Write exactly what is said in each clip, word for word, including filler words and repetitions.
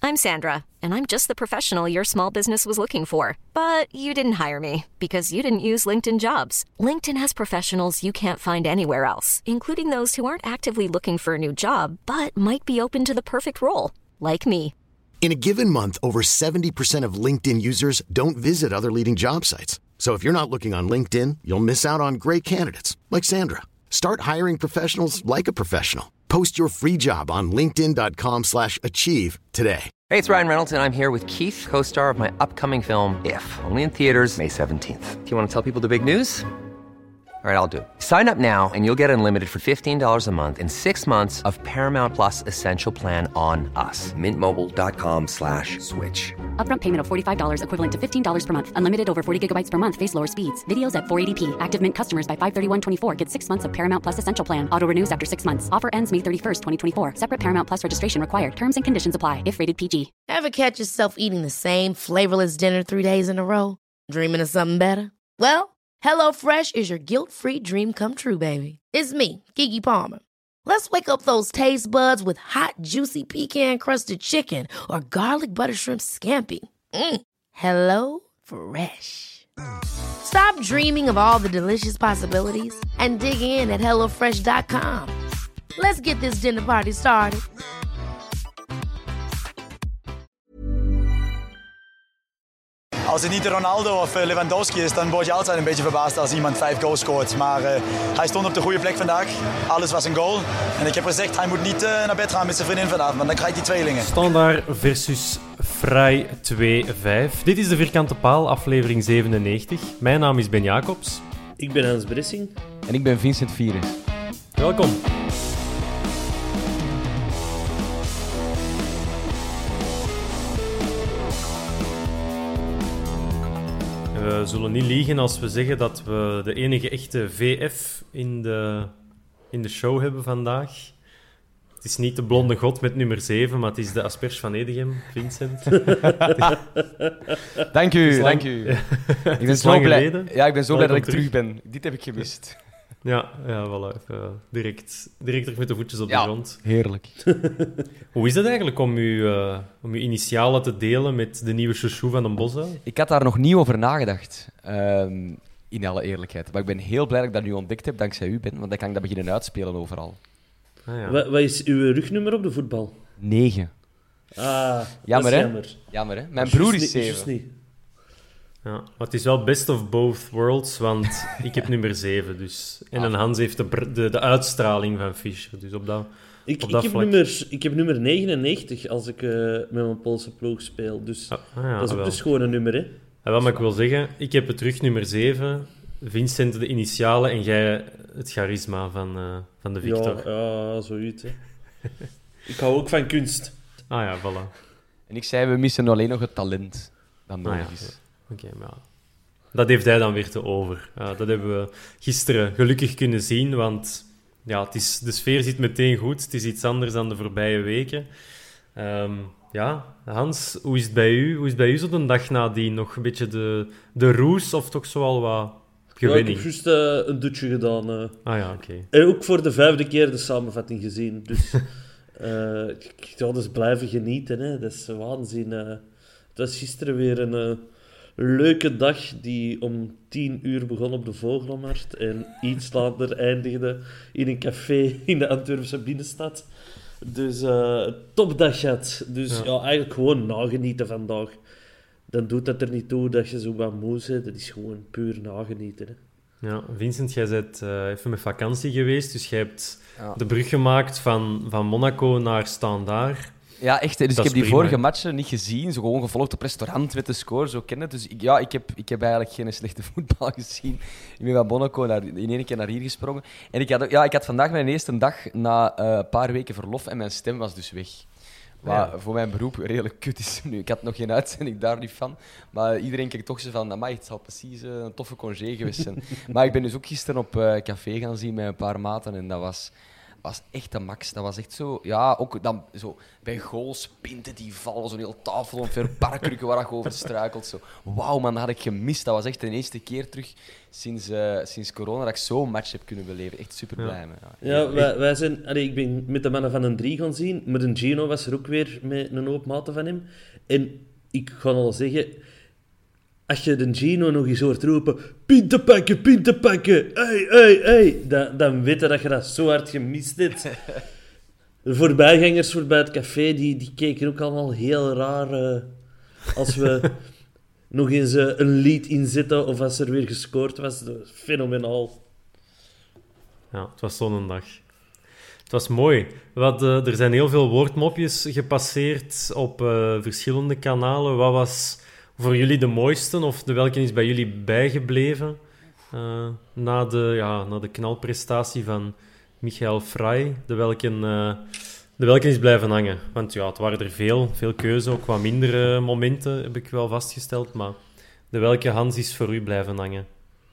I'm Sandra, and I'm just the professional your small business was looking for. But you didn't hire me, because you didn't use LinkedIn Jobs. LinkedIn has professionals you can't find anywhere else, including those who aren't actively looking for a new job, but might be open to the perfect role, like me. In a given month, over seventy percent of LinkedIn users don't visit other leading job sites. So if you're not looking on LinkedIn, you'll miss out on great candidates, like Sandra. Start hiring professionals like a professional. Post your free job on linkedin.com slash achieve today. Hey, it's Ryan Reynolds, and I'm here with Keith, co-star of my upcoming film, If, only in theaters May seventeenth. Do you want to tell people the big news? All right, I'll do it. Sign up now and you'll get unlimited for fifteen dollars a month and six months of Paramount Plus Essential Plan on us. Mintmobile.com slash switch. Upfront payment of forty-five dollars equivalent to fifteen dollars per month. Unlimited over forty gigabytes per month. Face lower speeds. Videos at four eighty p. Active Mint customers by five thirty-one twenty-four get six months of Paramount Plus Essential Plan. Auto renews after six months. Offer ends May thirty-first, twenty twenty-four. Separate Paramount Plus registration required. Terms and conditions apply if rated P G. Ever catch yourself eating the same flavorless dinner three days in a row? Dreaming of something better? Well, HelloFresh is your guilt-free dream come true, baby. It's me, Keke Palmer. Let's wake up those taste buds with hot, juicy pecan-crusted chicken or garlic butter shrimp scampi. Mm. Hello Fresh. Stop dreaming of all the delicious possibilities and dig in at hello fresh dot com. Let's get this dinner party started. Als het niet de Ronaldo of Lewandowski is, dan word je altijd een beetje verbaasd als iemand vijf goals scoort. Maar uh, hij stond op de goede plek vandaag. Alles was een goal. En ik heb gezegd, hij moet niet uh, naar bed gaan met zijn vriendin vanavond, want dan krijgt hij tweelingen. Standaard versus Vrij twee vijf. Dit is de Vierkante Paal, aflevering zevenennegentig. Mijn naam is Ben Jacobs. Ik ben Hans Bressing. En ik ben Vincent Vieres. Welkom. We zullen niet liegen als we zeggen dat we de enige echte V F in de, in de show hebben vandaag. Het is niet de blonde god met nummer zeven, maar het is de asperge van Edegem, Vincent. Dank u, dank u. Ik ben zo blij, ja, ik ben zo blij dat ik terug. terug ben. Dit heb ik gemist. Ja, ja voilà. Even direct, direct terug met de voetjes op de ja, grond. Heerlijk. Hoe is het eigenlijk om uw, uh, om uw initialen te delen met de nieuwe chouchou van Den Bosch? Ik had daar nog niet over nagedacht, um, in alle eerlijkheid. Maar ik ben heel blij dat ik dat nu ontdekt heb, dankzij u, Ben, want dan kan ik dat beginnen uitspelen overal. Ah, ja. Wat, wat is uw rugnummer op de voetbal? Negen. Ah, jammer, dat is hè? jammer. Jammer, hè? Mijn broer is zeven. Ja, maar het is wel best of both worlds, want ik heb nummer zeven. Dus. En ah. Hans heeft de, de, de uitstraling van Fischer. Dus op dat, ik, op dat ik, heb nummer, ik heb nummer negenennegentig als ik uh, met mijn Poolse ploeg speel. Dus ah, ah ja, dat is ook de schone nummer, hè? Ja, wel, maar ik wil zeggen, ik heb het terug nummer zeven. Vincent de initialen en jij het charisma van, uh, van de Victor. Ja, ja zoiets, hè. Ik hou ook van kunst. Ah ja, voilà. En ik zei, we missen alleen nog het talent dat nodig ah, ja. is. Oké, okay, maar dat heeft hij dan weer te over. Uh, dat hebben we gisteren gelukkig kunnen zien, want ja, het is, de sfeer zit meteen goed. Het is iets anders dan de voorbije weken. Um, ja, Hans, hoe is het bij u? Hoe is het bij u zo de dag nadien? Nog een beetje de, de roes of toch zoal wat gewenning? Ja, ik heb juist uh, een dutje gedaan. Uh. Ah ja, oké. Okay. En ook voor de vijfde keer de samenvatting gezien. Dus uh, ik ga dus blijven genieten. Hè. Dat is waanzin. Uh. Het was gisteren weer een... Uh, leuke dag die om tien uur begon op de Vogelmarkt en iets later eindigde in een café in de Antwerpse binnenstad. Dus uh, topdag had. Dus ja. ja, eigenlijk gewoon nagenieten vandaag. Dan doet dat er niet toe dat je zo wat moe bent. Dat is gewoon puur nagenieten. Hè. Ja, Vincent, jij bent uh, even met vakantie geweest, dus jij hebt ja. de brug gemaakt van, van Monaco naar Standaard. Ja, echt. Dus dat ik heb die prima, vorige hè? matchen niet gezien. Zo gewoon gevolgd op restaurant met de score, zo kennen. Dus ik, ja, ik heb, ik heb eigenlijk geen slechte voetbal gezien. Ik ben van Monaco naar, in één keer naar hier gesprongen. En ik had, ja, ik had vandaag mijn eerste dag na uh, een paar weken verlof en mijn stem was dus weg. Wat ja. voor mijn beroep redelijk kut is nu. Ik had nog geen uitzending, daar niet van. Maar iedereen kijkt toch zo van, amai, het zal precies uh, een toffe congé geweest zijn. Maar ik ben dus ook gisteren op uh, café gaan zien met een paar maten en dat was... was echt de max. Dat was echt zo... Ja, ook dan zo bij goals, pinten die vallen, zo'n heel tafel omver, parkrukken waar je over struikelt. Zo. Wauw, man, dat had ik gemist. Dat was echt de eerste keer terug sinds, uh, sinds corona dat ik zo'n match heb kunnen beleven. Echt super blij mee. Ja, ja wij, wij zijn... Allee, ik ben met de mannen van een drie gaan zien, maar een Gino was er ook weer met een hoop maten van hem. En ik ga al zeggen... Als je de Gino nog eens hoort roepen... Pinten pakken, pinten pakken! Hey, hey, hey! Dan, dan weet je dat je dat zo hard gemist hebt. De voorbijgangers voorbij het café, die, die keken ook allemaal heel raar... Uh, als we nog eens uh, een lied inzetten of als er weer gescoord was. Dat was fenomenaal. Ja, het was zo'n dag. Het was mooi. Wat, uh, er zijn heel veel woordmopjes gepasseerd op uh, verschillende kanalen. Wat was... voor jullie de mooiste, of de welke is bij jullie bijgebleven uh, na, de, ja, na de knalprestatie van Michael Frey, de welke, uh, de welke is blijven hangen? Want ja, het waren er veel, veel keuze, ook wat mindere momenten, heb ik wel vastgesteld, maar de welke, Hans, is voor u blijven hangen?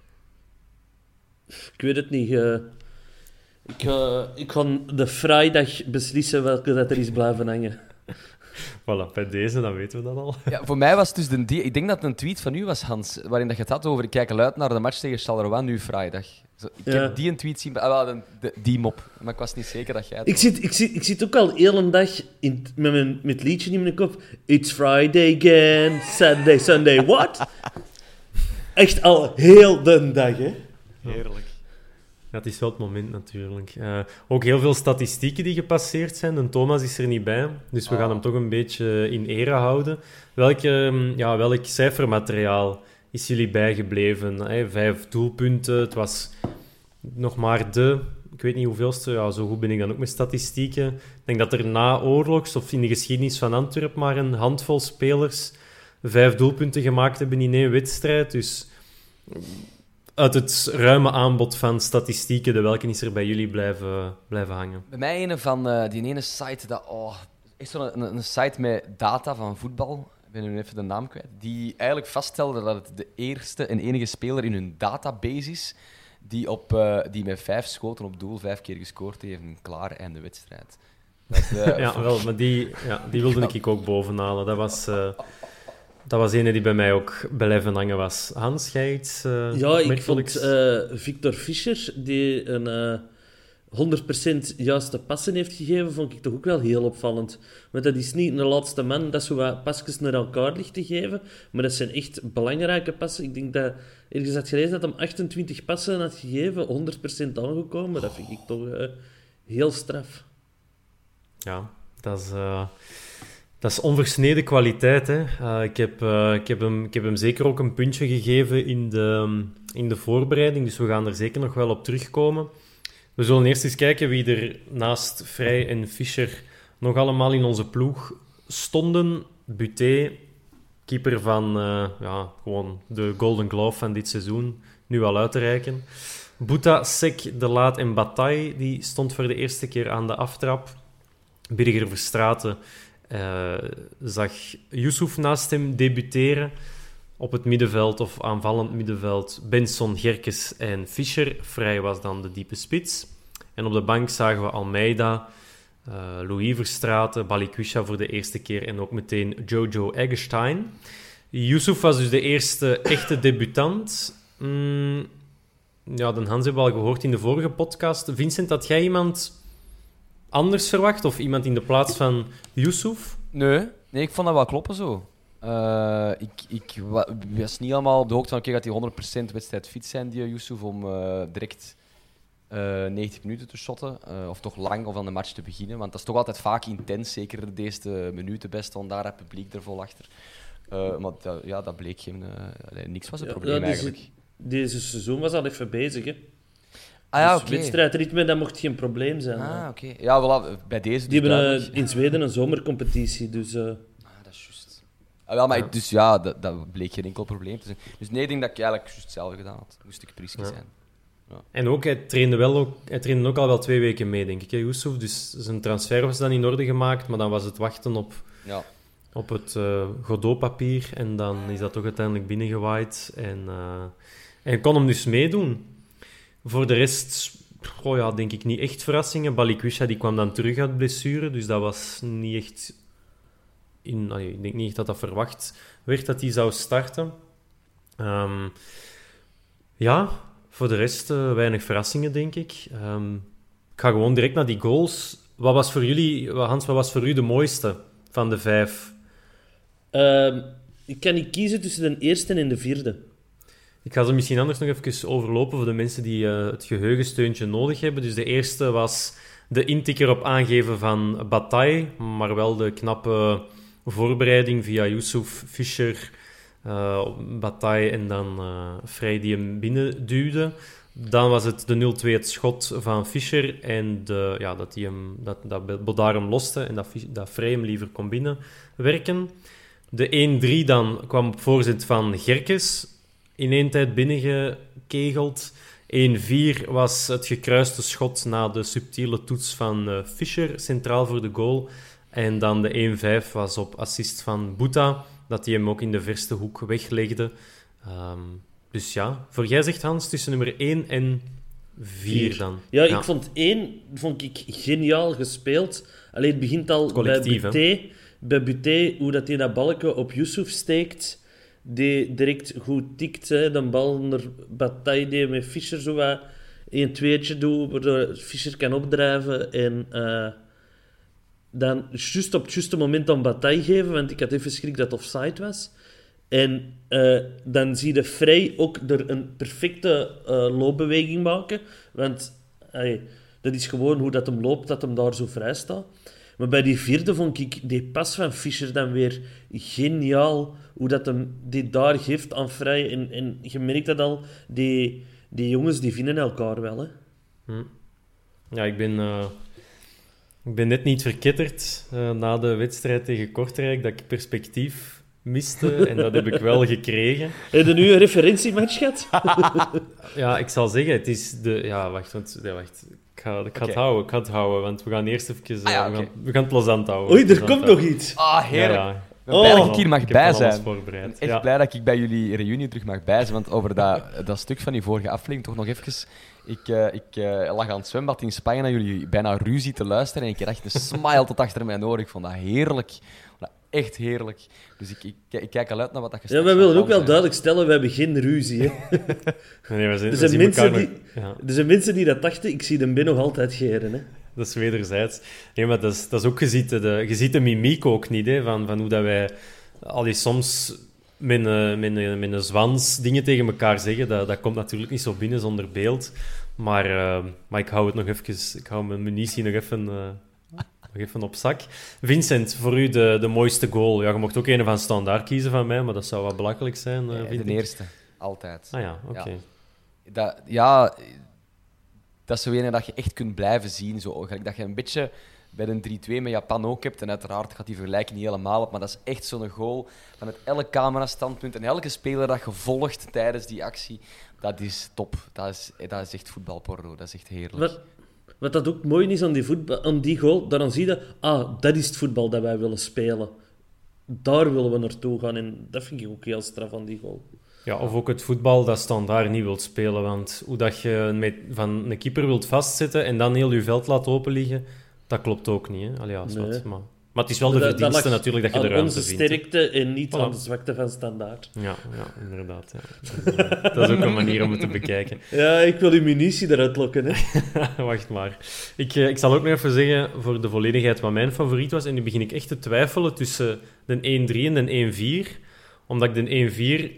Ik weet het niet. Uh, ik, uh, ik ga de vrijdag beslissen welke dat er is blijven hangen. Voilà, bij deze, dan weten we dat al. Ja, voor mij was het dus de... Die, ik denk dat het een tweet van u was, Hans, waarin dat je het had over... Ik kijk al uit naar de match tegen Charleroi, nu vrijdag. Zo, ik ja. heb die een tweet zien... Ah, wel, de, de, die mop. Maar ik was niet zeker dat jij het... Ik zit, ik, zit, ik zit ook al heel een dag in, met, mijn, met het liedje in mijn kop. It's Friday again, Saturday, Sunday, what? Echt al heel de dag, hè? Heerlijk. Ja, het is wel het moment natuurlijk. Uh, ook heel veel statistieken die gepasseerd zijn. En Thomas is er niet bij, dus we oh. gaan hem toch een beetje in ere houden. Welk, uh, ja, welk cijfermateriaal is jullie bijgebleven? Hey, vijf doelpunten, het was nog maar de... Ik weet niet hoeveelste, ja, zo goed ben ik dan ook met statistieken. Ik denk dat er na oorlogs, of in de geschiedenis van Antwerpen, maar een handvol spelers vijf doelpunten gemaakt hebben in één wedstrijd. Dus... uit het ruime aanbod van statistieken, de welke is er bij jullie blijven, blijven hangen? Bij mij een van uh, die ene site, dat, oh, echt zo'n een, een site met data van voetbal, ik ben nu even de naam kwijt, die eigenlijk vaststelde dat het de eerste en enige speler in hun database is die, op, uh, die met vijf schoten op doel vijf keer gescoord heeft en klaar, einde wedstrijd. Dat, uh, ja, wel, maar die, ja, die wilde ja. ik ook bovenhalen. Dat was... Uh, Dat was ene die bij mij ook blijven hangen was. Hans, jij iets uh, Ja, ik vond uh, Victor Fischer, die een uh, honderd procent juiste passen heeft gegeven, vond ik toch ook wel heel opvallend. Want dat is niet een laatste man dat zo wat pasjes naar elkaar ligt te geven, maar dat zijn echt belangrijke passen. Ik denk dat ergens had gelezen dat hij achtentwintig passen had gegeven, honderd procent aangekomen. Dat vind ik toch uh, heel straf. Ja, dat is... Uh... Dat is onversneden kwaliteit. Hè. Uh, ik, heb, uh, ik, heb hem, ik heb hem zeker ook een puntje gegeven in de, in de voorbereiding, dus we gaan er zeker nog wel op terugkomen. We zullen eerst eens kijken wie er naast Frey en Fischer nog allemaal in onze ploeg stonden. Buté, keeper van uh, ja, gewoon de Golden Glove van dit seizoen, nu al uit te reiken. Bouta, Sek, De Laat en Bataille, die stond voor de eerste keer aan de aftrap. Birger Verstraeten Uh, zag Yusuf naast hem debuteren op het middenveld of aanvallend middenveld. Benson, Gerkes en Fischer. Frey was dan de diepe spits. En op de bank zagen we Almeida, uh, Louis Verstraeten, Balikwisha voor de eerste keer en ook meteen Jojo Eggestein. Yusuf was dus de eerste echte debutant. Mm, ja, de Hans hebben we al gehoord in de vorige podcast. Vincent, had jij iemand anders verwacht? Of iemand in de plaats van Yusuf? Nee, nee, ik vond dat wel kloppen zo. Uh, ik, ik was niet allemaal op de hoogte van oké, gaat die honderd procent wedstrijd fit zijn, die Yusuf, om uh, direct uh, negentig minuten te shotten. Uh, of toch lang of aan de match te beginnen. Want dat is toch altijd vaak intens, zeker de eerste minuten best, want daar het publiek er vol achter. Uh, maar dat, ja, dat bleek geen... Uh, niks was het ja, probleem ja, deze, eigenlijk. Deze seizoen was al even bezig, hè. Ah, ja, dus okay. wedstrijdritme, dat mocht geen probleem zijn. Ah, oké. Okay. Ja, voilà, bij deze... Die dus hebben uh, in Zweden een zomercompetitie, dus... Uh... Ah, dat is juist. Ah, wel, maar ja. Ik, dus ja, dat, dat bleek geen enkel probleem te zijn. Dus nee, ik denk dat ik eigenlijk juist hetzelfde gedaan had. Moest ik prisje ja. zijn. Ja. En ook, hij trainde, wel ook, hij trainde ook al wel twee weken mee, denk ik, hè, Yusuf. Dus zijn transfer was dan in orde gemaakt, maar dan was het wachten op, ja. op het uh, Godot-papier. En dan is dat toch uiteindelijk binnengewaaid. En, uh, en kon hem dus meedoen. Voor de rest oh ja, denk ik niet echt verrassingen. Balikwisha die kwam dan terug uit blessure, dus dat was niet echt... In, allee, ik denk niet echt dat dat verwacht werd dat hij zou starten. Um, ja, voor de rest uh, weinig verrassingen, denk ik. Um, ik ga gewoon direct naar die goals. Wat was voor jullie, Hans, wat was voor u de mooiste van de vijf? Uh, ik kan niet kiezen tussen de eerste en de vierde. Ik ga ze misschien anders nog even overlopen voor de mensen die uh, het geheugensteuntje nodig hebben. Dus de eerste was de intikker op aangeven van Bataille, maar wel de knappe voorbereiding via Yusuf, Fischer, uh, Bataille en dan uh, Frey die hem binnenduwde. Dan was het de nul twee, het schot van Fischer en de, ja, dat, die hem, dat, dat Bodard hem loste en dat, dat Frey hem liever kon binnenwerken. De één drie dan kwam op voorzet van Gerkes, in één tijd binnengekegeld. één vier was het gekruiste schot na de subtiele toets van uh, Fischer, centraal voor de goal. En dan de één vijf was op assist van Bouta, dat hij hem ook in de verste hoek weglegde. Um, dus ja, voor jij zegt Hans, tussen nummer één en vier dan. Ja, ja, ik vond één vond ik geniaal gespeeld. Alleen het begint al bij Buté, bij Buté, hoe dat hij dat balken op Yusuf steekt, die direct goed tikt, hè, de bal naar Bataille, die met Fischer zo wat een tweetje doet, waardoor Fischer kan opdrijven en uh, dan juist op het juiste moment aan Bataille geven, want ik had even schrik dat het offside was. En uh, dan zie je Frey ook er een perfecte uh, loopbeweging maken, want ay, dat is gewoon hoe dat hem loopt, dat hem daar zo vrij staat. Maar bij die vierde vond ik die pas van Fischer dan weer geniaal, hoe dat hem die daar geeft aan Frey. En, en je merkt dat al, die, die jongens die vinden elkaar wel. Hè. Hm. Ja, ik ben, uh, ik ben net niet verketterd uh, na de wedstrijd tegen Kortrijk, dat ik perspectief miste. En dat heb ik wel gekregen. Heb je nu een referentiematch gehad? Ja, ik zal zeggen, het is de... Ja, wacht, want... Ja, wacht. Ik ga, ik ga okay. het houden, ik ga het houden, want we gaan eerst even... Uh, ah, ja, okay. we, gaan, we gaan het plezant houden. Oei, er komt nog iets. Ah, heerlijk. Ja, ja. Ik ben oh, blij dat ik hier mag ik bij zijn. Echt ja. blij dat ik bij jullie reunie terug mag bij zijn, want over dat, dat stuk van die vorige aflevering toch nog even... Ik, uh, ik uh, lag aan het zwembad in Spanje naar jullie bijna ruzie te luisteren en ik kreeg echt een smile tot achter mijn oren. Ik vond dat heerlijk. Dat echt heerlijk. Dus ik, ik, ik kijk al uit naar wat dat je Ja, wij willen ook wel duidelijk stellen, we hebben geen ruzie. Hè? Nee, we zijn, er, zijn we mensen die, nog, ja. er zijn mensen die dat dachten, ik zie de Ben nog altijd geren. Hè? Dat is wederzijds. Nee, maar dat is, dat is ook, je ziet de, je ziet de mimiek ook niet, hè, van, van hoe dat wij al die soms met een, met, een, met een zwans dingen tegen elkaar zeggen. Dat, dat komt natuurlijk niet zo binnen zonder beeld. Maar, uh, maar ik hou het nog even, ik hou mijn munitie nog even, uh, nog even op zak. Vincent, voor u de, de mooiste goal. Ja, je mocht ook een van Standaard kiezen van mij, maar dat zou wat belachelijk zijn. Uh, ja, vind de ik. eerste, altijd. Ah ja, oké. Okay. Ja. Dat, ja, dat is zo een dat je echt kunt blijven zien. Zo. Dat je een beetje bij de drie twee met Japan ook hebt. En uiteraard gaat die vergelijking niet helemaal op, maar dat is echt zo'n goal vanuit elk camerastandpunt en elke speler dat je volgt tijdens die actie. Dat is top. Dat is, dat is echt voetbalporno. Dat is echt heerlijk. Wat, wat dat ook mooi is aan die, voetbal, aan die goal, dan zie je, ah, dat is het voetbal dat wij willen spelen. Daar willen we naartoe gaan. En dat vind ik ook heel straf aan die goal. Ja, of ook het voetbal dat Standaard niet wilt spelen. Want hoe dat je met, van een keeper wilt vastzetten en dan heel je veld laat open liggen, dat klopt ook niet. Hè? Allee, ja, nee. wat, maar... Maar het is wel de dat, verdienste dat natuurlijk dat je de ruimte vindt. Aan onze sterkte en niet voilà. aan de zwakte van Standaard. Ja, ja inderdaad. Ja. Dat, is, uh, dat is ook een manier om het te bekijken. Ja, ik wil uw munitie eruit lokken. Hè. Wacht maar. Ik, uh, ik zal ook nog even zeggen, voor de volledigheid, wat mijn favoriet was. En nu begin ik echt te twijfelen tussen de één drie en de één vier. Omdat ik de één vier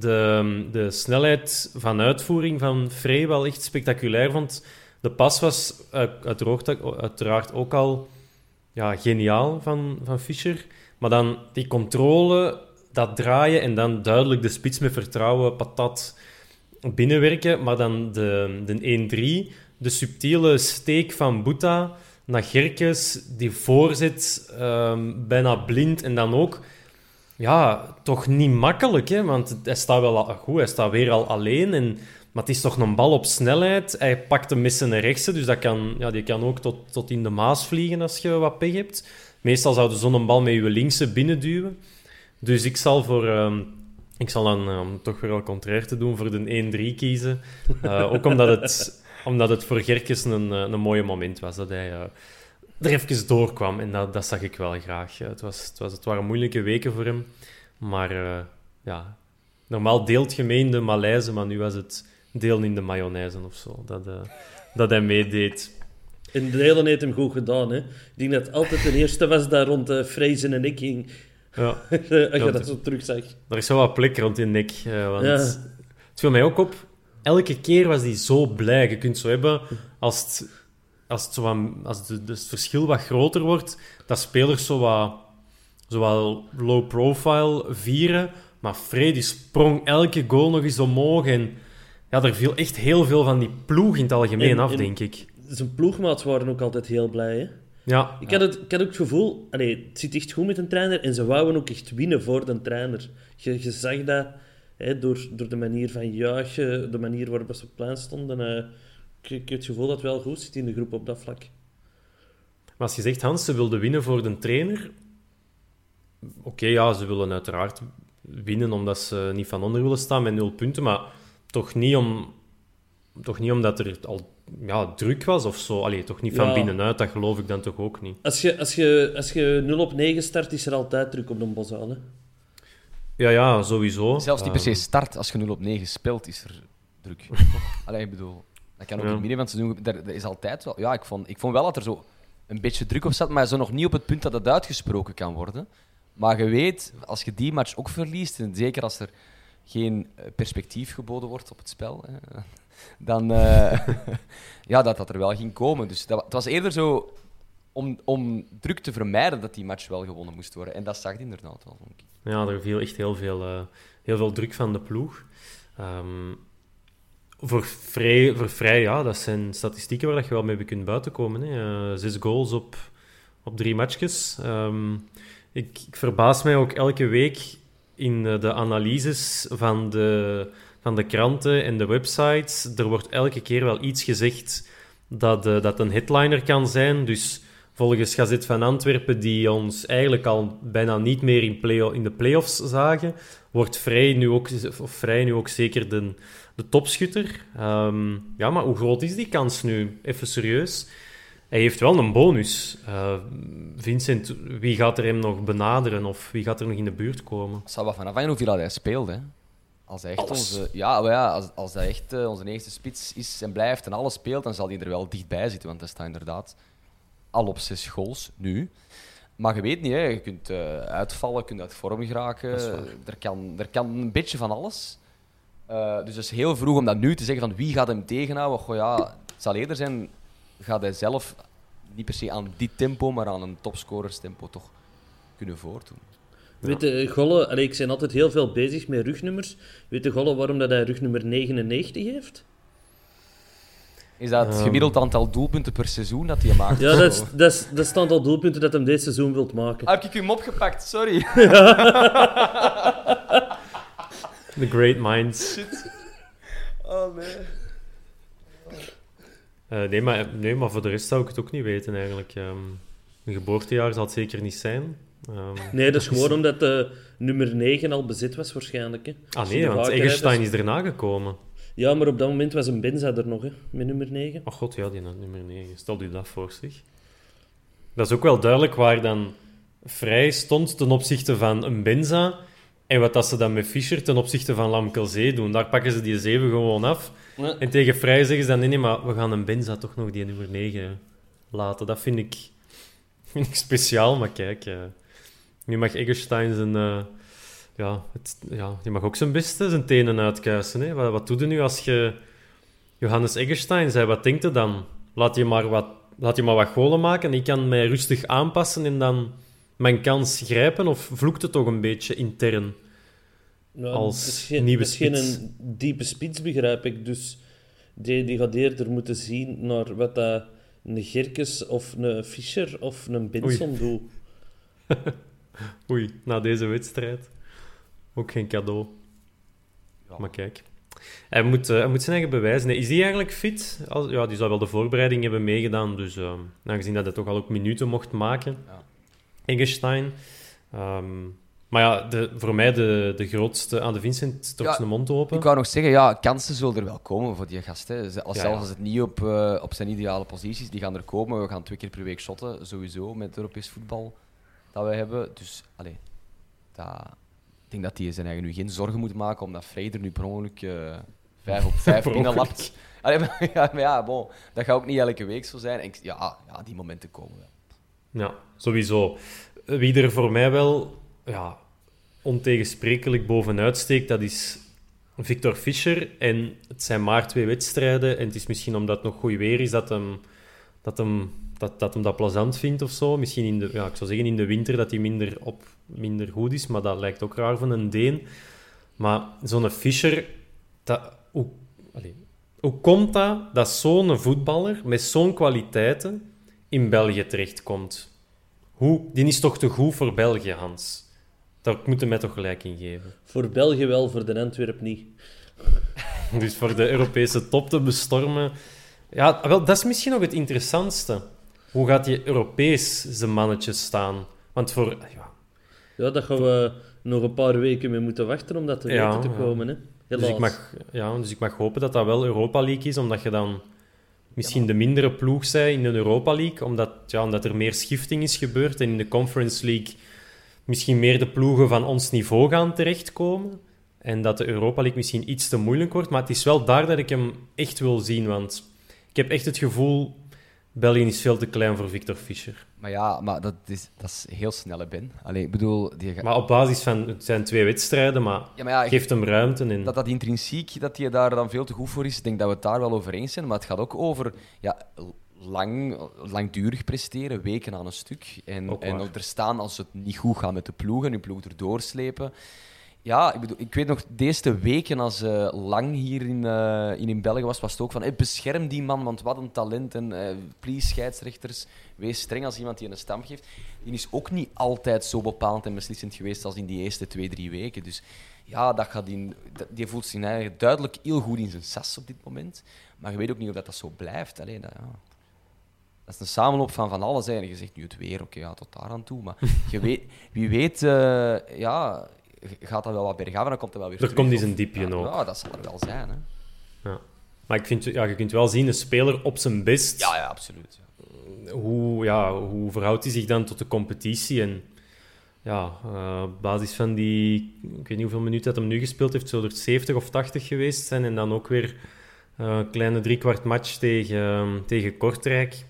de, de snelheid van uitvoering van Frey wel echt spectaculair vond. De pas was uh, uiteraard, uiteraard ook al... Ja, geniaal van, van Fischer. Maar dan die controle, dat draaien en dan duidelijk de spits met vertrouwen, patat, binnenwerken. Maar dan de, de één drie, de subtiele steek van Bouta naar Gerkes, die voorzet, um, bijna blind. En dan ook, ja, toch niet makkelijk, hè? Want hij staat wel goed, hij staat weer al alleen. En, maar het is toch een bal op snelheid. Hij pakt hem met zijn rechtse, dus dat kan, ja, die kan ook tot, tot in de Maas vliegen als je wat pech hebt. Meestal zou je zo'n bal met je linkse binnenduwen. Dus ik zal voor... Um, ik zal dan, um, toch weer al contrair te doen, voor de één drie kiezen. Uh, ook omdat het... omdat het voor Gerkes een, een mooie moment was. Dat hij uh, er even doorkwam. En dat, dat zag ik wel graag. Het, was, het, was, het waren moeilijke weken voor hem. Maar uh, ja, normaal deelt je mee in de malaise, maar nu was het delen in de mayonaise of zo. Dat, uh, dat hij meedeed. En de hele heeft hem goed gedaan. Hè? Ik denk dat het altijd de eerste was daar rond uh, Frazen en ik ging. Ja. Als je ja, dat zo terugzag. Er is wel wat plek rond die nek. Uh, want Ja. het viel mij ook op. Elke keer was hij zo blij. Je kunt zo hebben, als het, als het, zo wat, als de, de, het verschil wat groter wordt, dat spelers zo wat, zo wat low profile vieren. Maar Freddy sprong elke goal nog eens omhoog. En ja, er viel echt heel veel van die ploeg in het algemeen En- af, en- denk ik. Zijn ploegmaats waren ook altijd heel blij. Hè? Ja, Ik, had het, ik had ook het gevoel, allee, het zit echt goed met een trainer en ze wouden ook echt winnen voor de trainer. Je, je zag dat hè, door, door de manier van juichen, de manier waarop ze op het plein stonden. Uh, ik, ik heb het gevoel dat het wel goed zit in de groep op dat vlak. maar als je zegt, Hans, ze wilden winnen voor de trainer. Oké, okay, ja, ze willen uiteraard winnen omdat ze niet van onder willen staan met nul punten, maar toch niet, om, toch niet omdat er al ja, druk was of zo. Allee, toch niet van Ja. binnenuit, dat geloof ik dan toch ook niet. Als je, als je, als je nul op negen start, is er altijd druk op de Bosaan. Hè? Ja, ja, sowieso. Zelfs niet per se Ehm, start. Als je nul op negen speelt, is er druk. Allee, ik bedoel... Dat kan ook Ja. in het midden van het seizoen... Daar, daar is altijd wel... Ja, ik vond, ik vond wel dat er zo een beetje druk op zat, maar zo nog niet op het punt dat het uitgesproken kan worden. Maar je weet, als je die match ook verliest, en zeker als er geen eh, perspectief geboden wordt op het spel, hè, dan... eh, ja, dat dat er wel ging komen. Dus dat, het was eerder zo om, om druk te vermijden dat die match wel gewonnen moest worden. En dat zag je inderdaad wel, vond ik. Ja, er viel echt heel veel, uh, heel veel druk van de ploeg. Um, voor vrij, voor vrij, ja, dat zijn statistieken waar dat je wel mee kunt buitenkomen. Hè. Uh, zes goals op, op drie matchjes. Um, ik, ik verbaas mij ook elke week in uh, de analyses van de, van de kranten en de websites. Er wordt elke keer wel iets gezegd dat, uh, dat een headliner kan zijn. Dus volgens Gazet van Antwerpen, die ons eigenlijk al bijna niet meer in, play- in de play-offs zagen, wordt Vrij nu ook, of Vrij nu ook zeker de, de topschutter. Um, ja, maar hoe groot is die kans nu? Even serieus. Hij heeft wel een bonus. Uh, Vincent, wie gaat er hem nog benaderen of wie gaat er nog in de buurt komen? Het zal wat vanaf hangen hoeveel hij speelt. Hè. Als hij echt Alles. onze, ja, maar ja, als, als hij echt uh, onze eerste spits is en blijft en alles speelt, dan zal hij er wel dichtbij zitten. Want hij staat inderdaad al op zes goals nu. Maar je weet niet, hè. Je kunt uh, uitvallen, je kunt uit vorm geraken. Er kan, er kan een beetje van alles. Uh, dus het is heel vroeg om dat nu te zeggen van wie gaat hem tegenhouden. Goh, ja, het zal eerder zijn, gaat hij zelf niet per se aan dit tempo, maar aan een topscorerstempo toch kunnen voortdoen. Weet de Golle, allee, ik ben altijd heel veel bezig met rugnummers. Weet de Golle waarom dat hij rugnummer negenennegentig heeft? Is dat het Um. gemiddeld aantal doelpunten per seizoen dat hij maakt? Ja, dat is, dat, is, dat is het aantal doelpunten dat hij dit seizoen wilt maken. Ah, heb ik hem opgepakt? Sorry. The great minds. Oh nee. Uh, nee, maar, nee, maar voor de rest zou ik het ook niet weten eigenlijk. Um, een geboortejaar zal het zeker niet zijn. Um, Nee, dat is gewoon omdat de nummer negen al bezit was waarschijnlijk. Hè. Ah Als je nee, de want vaker Eggestein hebt, is erna gekomen. Ja, maar op dat moment was een Benza er nog, hè, met nummer negen. Oh god, ja, die had nummer negen. Stel u dat voor zich. Dat is ook wel duidelijk waar dan Vrij stond ten opzichte van een Benza en wat dat ze dan met Fischer ten opzichte van Lamkelzee doen. Daar pakken ze die zeven gewoon af. Ja. En tegen Vrij zeggen ze dan, nee, nee, maar we gaan een Benza toch nog die nummer negen laten. Dat vind ik, vind ik speciaal, maar kijk... Uh, nu mag Eggestein zijn... Uh, ja, het, ja, die mag ook zijn beste zijn tenen uitkuisen. Hè? Wat, wat doe je nu als je Johannes Eggestein zei? Wat denkt je dan? Laat je maar wat, laat je maar wat golen maken en ik kan mij rustig aanpassen en dan mijn kans grijpen? Of vloekt het toch een beetje intern? Nou, als dat is geen, nieuwe dat is geen spits. een diepe spits, begrijp ik. Dus die, die gaat eerder moeten zien naar wat dat een Gerkes of een Fischer of een Benson doet. Oei, na deze wedstrijd. Ook geen cadeau. Ja. Maar kijk. Hij moet, uh, hij moet zijn eigen bewijzen. Nee, is hij eigenlijk fit? Als, ja, die zou wel de voorbereiding hebben meegedaan. Dus uh, aangezien dat hij toch al ook minuten mocht maken. Ja. Eggestein. Um, Maar ja, de, voor mij de, de grootste... Aan de Vincent trok Ja, zijn mond open. Ik wou nog zeggen, ja, kansen zullen er wel komen voor die gast. Hè. Als, Ja, zelfs ja. als het niet op, uh, op zijn ideale posities, die gaan er komen. We gaan twee keer per week shotten, sowieso, met het Europees voetbal dat we hebben. Dus, allee, dat, ik denk dat hij zijn eigen nu geen zorgen moet maken, omdat Freder nu per ongeluk uh, vijf op vijf Per binnenlapt. Allee, maar, ja, maar ja, bon, dat gaat ook niet elke week zo zijn. En ik, ja, ja, die momenten komen wel. Ja, sowieso. Wie er voor mij wel ja, ontegensprekelijk bovenuit steekt, dat is Victor Fischer. En het zijn maar twee wedstrijden. En het is misschien omdat het nog goed weer is dat hem dat, hem, dat, dat, hem dat plezant vindt of zo. Misschien in de, ja, ik zou zeggen in de winter dat hij minder, op, minder goed is. Maar dat lijkt ook raar van een Deen. Maar zo'n Fischer... Dat, hoe, allez, hoe komt dat dat zo'n voetballer met zo'n kwaliteiten in België terechtkomt? Hoe? Die is toch te goed voor België, Hans? Daar moet je mij toch gelijk in geven. Voor België wel, voor de Antwerp niet. Dus voor de Europese top te bestormen... Ja, wel, dat is misschien nog het interessantste. Hoe gaat die Europees zijn mannetjes staan? Want voor... Ja, Ja, daar gaan we nog een paar weken mee moeten wachten om dat te Ja, weten te ja. komen. Hè. dus, Helaas. ik mag, ja, dus ik mag hopen dat dat wel Europa League is, omdat je dan misschien de mindere ploeg bent in de Europa League, omdat, ja, omdat er meer schifting is gebeurd en in de Conference League misschien meer de ploegen van ons niveau gaan terechtkomen. En dat de Europa League misschien iets te moeilijk wordt. Maar het is wel daar dat ik hem echt wil zien. Want ik heb echt het gevoel... België is veel te klein voor Victor Fischer. Maar ja, maar dat is, dat is heel snel, hè, Ben. Allee, ik bedoel... Die ga... Maar op basis van... Het zijn twee wedstrijden, maar, ja, maar ja, geeft hem ruimte. En... Dat dat intrinsiek, dat hij daar dan veel te goed voor is, ik denk dat we het daar wel over eens zijn. Maar het gaat ook over ja, lang, langdurig presteren, weken aan een stuk. En, en er staan als het niet goed gaat met de ploeg en je ploeg erdoor slepen. Ja, ik, bedoel, ik weet nog, deze weken als uh, Lang hier in, uh, in, in België was, was het ook van hey, bescherm die man, want wat een talent. En uh, please, scheidsrechters, wees streng als iemand die een stamp geeft. Die is ook niet altijd zo bepalend en beslissend geweest als in die eerste twee, drie weken. Dus ja, dat gaat in, dat, die voelt zich eigenlijk duidelijk heel goed in zijn sas op dit moment. Maar je weet ook niet of dat, dat zo blijft. Allee, dat, ja. Dat is een samenloop van van alles. Hè. En je zegt nu het weer, oké, okay, ja, tot daar aan toe. Maar je weet, wie weet... Uh, ja, gaat dat wel wat bergaf en dan komt er wel weer er terug. komt eens een diepje ja, ook. Ja, dat zal er wel zijn. Hè. Ja. Maar ik vind, ja, je kunt wel zien, een speler op zijn best... Ja, ja, absoluut. Ja. Hoe, ja, hoe verhoudt hij zich dan tot de competitie? En ja, uh, op basis van die... Ik weet niet hoeveel minuten dat hem nu gespeeld heeft, zullen er zeventig of tachtig geweest zijn. En dan ook weer een uh, kleine driekwart match tegen, uh, tegen Kortrijk.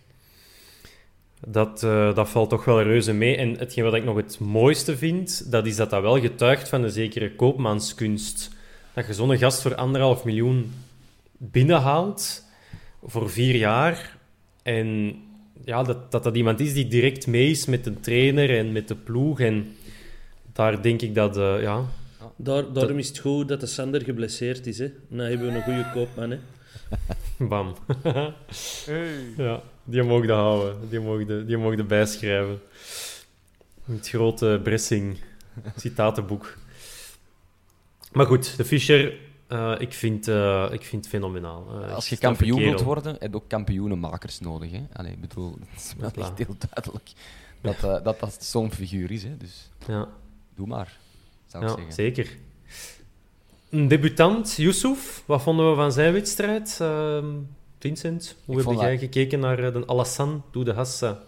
Dat, uh, dat valt toch wel reuze mee. En hetgeen wat ik nog het mooiste vind, dat is dat dat wel getuigt van een zekere koopmanskunst. Dat je zo'n gast voor anderhalf miljoen binnenhaalt voor vier jaar. En ja, dat, dat dat iemand is die direct mee is met de trainer en met de ploeg. En daar denk ik dat... Uh, ja, Daar, daarom is het goed dat de Sander geblesseerd is. Hè. Dan hebben we een goede koopman. Hè. Bam. Hey. Ja, die mogen dat houden. Die mogen, die mogen bijschrijven. Het grote Bressing citatenboek. Maar goed, de Fischer, uh, ik, vind, uh, ik vind het fenomenaal. Uh, Als je kampioen wilt worden, heb je ook kampioenenmakers nodig. Hè? Allee, ik bedoel, het is wel echt heel duidelijk dat uh, dat, dat zo'n figuur is. Hè? Dus ja. Doe maar, zou ik ja, zeggen. Zeker. Een debutant, Youssouf, wat vonden we van zijn wedstrijd? Uh, Vincent, hoe ik heb jij dat... gekeken naar uh, de Alassane Doe de Hassa?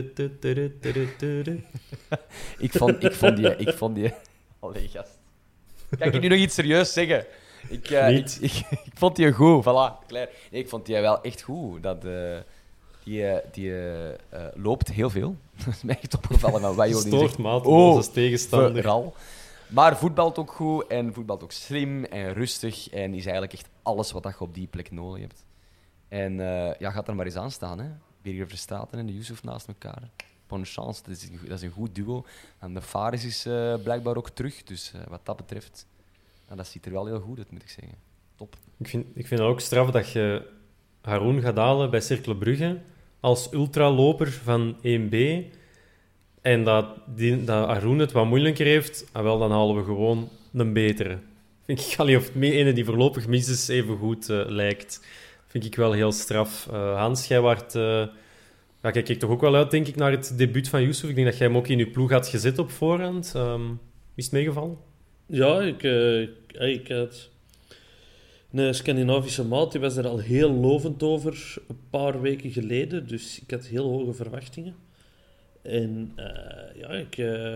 ik, vond, ik vond die... Ik vond die... Allee, gast. Kan ik nu nog iets serieus zeggen? Ik, uh, Niet. Ik, ik, ik vond die goed, voilà, klaar. Nee, ik vond die wel echt goed. Dat, uh, die uh, die uh, uh, loopt heel veel. Dat is mij echt opgevallen. Maar wij stoort mateloos als tegenstander. Vooral. Maar voetbalt ook goed en voetbalt ook slim en rustig. En is eigenlijk echt alles wat je op die plek nodig hebt. En uh, ja, gaat er maar eens aan staan, hè. Birger Verstraeten en de Youssouf naast elkaar. Bonne chance, dat is, dat is een goed duo. En de Fares is uh, blijkbaar ook terug. Dus uh, wat dat betreft, nou, dat ziet er wel heel goed uit, moet ik zeggen. Top. Ik vind, ik vind het ook straf dat je Haroun gaat halen bij Cercle Brugge als ultraloper van één B. En dat, die, dat Haroun het wat moeilijker heeft, en wel, dan halen we gewoon een betere. Vind ik alleen of het mee ene die voorlopig mis is even goed uh, lijkt. Vind ik wel heel straf. Uh, Hans, jij waart... Uh, ja, kijk ik toch ook wel uit, denk ik, naar het debuut van Youssouf. Ik denk dat jij hem ook in je ploeg had gezet op voorhand. Um, Is het meegevallen? Ja, ik, uh, ik, ik had een Scandinavische maat, die was er al heel lovend over een paar weken geleden. Dus ik had heel hoge verwachtingen. En uh, ja, ik... Uh,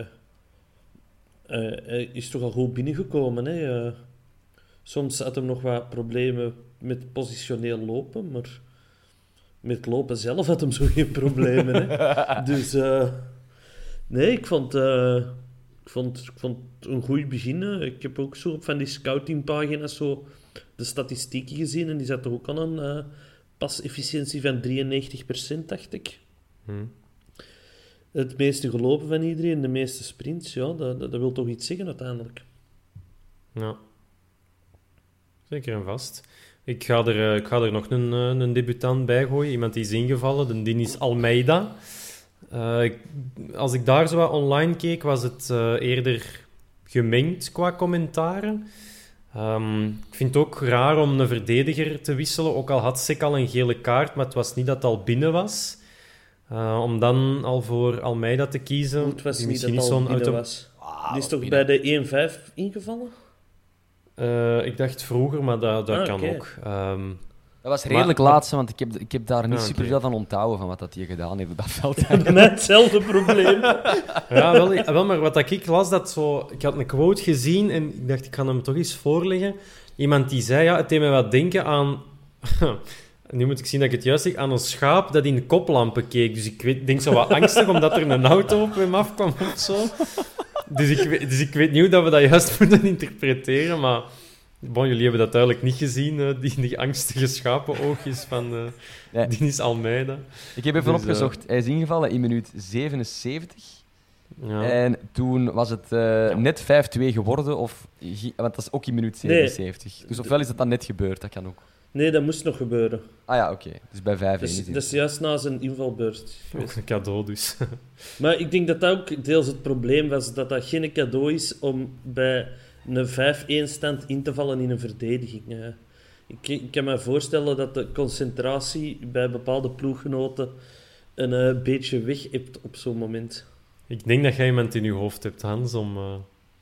uh, hij is toch al goed binnengekomen. Hè? Uh, soms had hij nog wat problemen met positioneel lopen, maar met lopen zelf had hem zo geen problemen. Hè? Dus uh, nee, ik vond, uh, ik, vond, ik vond het een goed begin. Ik heb ook zo op van die scoutingpagina's zo de statistieken gezien en die zat toch ook aan een uh, pasefficiëntie van drieënnegentig procent, dacht ik. Hmm. Het meeste gelopen van iedereen, de meeste sprints, ja, dat, dat, dat wil toch iets zeggen uiteindelijk. Ja. Zeker en vast. Ik ga er, ik ga er nog een, een debutant bij gooien. Iemand die is ingevallen, de Dinis Almeida. Uh, ik, als ik daar zo wat online keek, was het uh, eerder gemengd qua commentaren. Um, ik vind het ook raar om een verdediger te wisselen, ook al had Sek al een gele kaart, maar het was niet dat het al binnen was. Uh, om dan al voor Almeida te kiezen. Goed, het was niet misschien dat het al zo'n binnen auto... was. Ah, die is toch binnen. Bij de één vijf ingevallen? Uh, ik dacht vroeger, maar dat, dat ah, kan okay. ook. Um, dat was redelijk maar, laatste, want ik heb, ik heb daar niet ah, super veel van onthouden van wat dat hij gedaan heeft op dat veld. Bij mij hetzelfde probleem. Ja, wel, wel, maar wat ik las, dat zo... Ik had een quote gezien en ik dacht, ik ga hem toch eens voorleggen. Iemand die zei, ja, het deed mij wat denken aan... Nu moet ik zien dat ik het juist zeg, aan een schaap dat in koplampen keek. Dus ik weet, denk zo wat angstig, omdat er een auto op hem afkwam of zo. Dus ik, weet, dus ik weet niet hoe dat we dat juist moeten interpreteren, maar... Bon, jullie hebben dat duidelijk niet gezien, uh, die, die angstige schapenoogjes van uh, nee. Dinis Almeida. Ik heb even dus, opgezocht. Uh... Hij is ingevallen in minuut zevenenzeventig. Ja. En toen was het uh, ja. net vijf twee geworden, of, want dat is ook in minuut zevenenzeventig. Nee. Dus ofwel is dat dan net gebeurd, dat kan ook. Nee, dat moest nog gebeuren. Ah ja, oké. Okay. Dus bij vijf één. Dus, dat is juist na zijn invalbeurt. Ook een cadeau dus. Maar ik denk dat dat ook deels het probleem was, dat dat geen cadeau is om bij een vijf één stand in te vallen in een verdediging. Ja. Ik, ik kan me voorstellen dat de concentratie bij bepaalde ploeggenoten een uh, beetje weg hebt op zo'n moment. Ik denk dat jij iemand in je hoofd hebt, Hans, om, uh,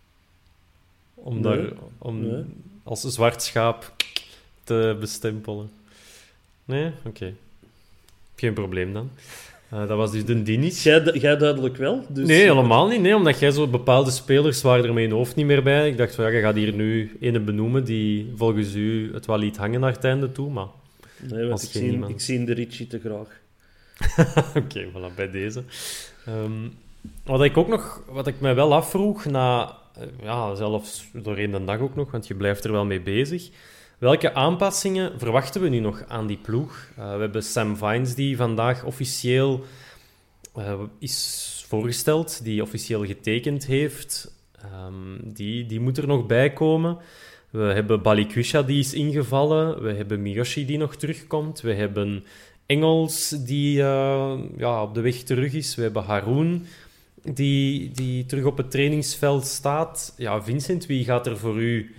om, nee. daar, om nee. als een zwart schaap te bestempelen. Nee? Oké. Okay. Geen probleem dan. Uh, dat was dus de Dinis. Jij, jij duidelijk wel? Dus... Nee, helemaal niet. Nee, omdat jij zo bepaalde spelers waren er met je hoofd niet meer bij. Ik dacht van, ja, je gaat hier nu een benoemen die volgens u het wel liet hangen naar het einde toe, maar... Nee, want ik zie, iemand... ik zie de Richie te graag. Oké, okay, voilà, bij deze. Um, wat ik ook nog... Wat ik mij wel afvroeg, na... Ja, zelfs doorheen de dag ook nog, want je blijft er wel mee bezig... Welke aanpassingen verwachten we nu nog aan die ploeg? Uh, we hebben Sam Vines, die vandaag officieel uh, is voorgesteld, die officieel getekend heeft. Um, die, die moet er nog bij komen. We hebben Balikwisha, die is ingevallen. We hebben Miyoshi, die nog terugkomt. We hebben Engels, die uh, ja, op de weg terug is. We hebben Haroun, die, die terug op het trainingsveld staat. Ja, Vincent, wie gaat er voor u...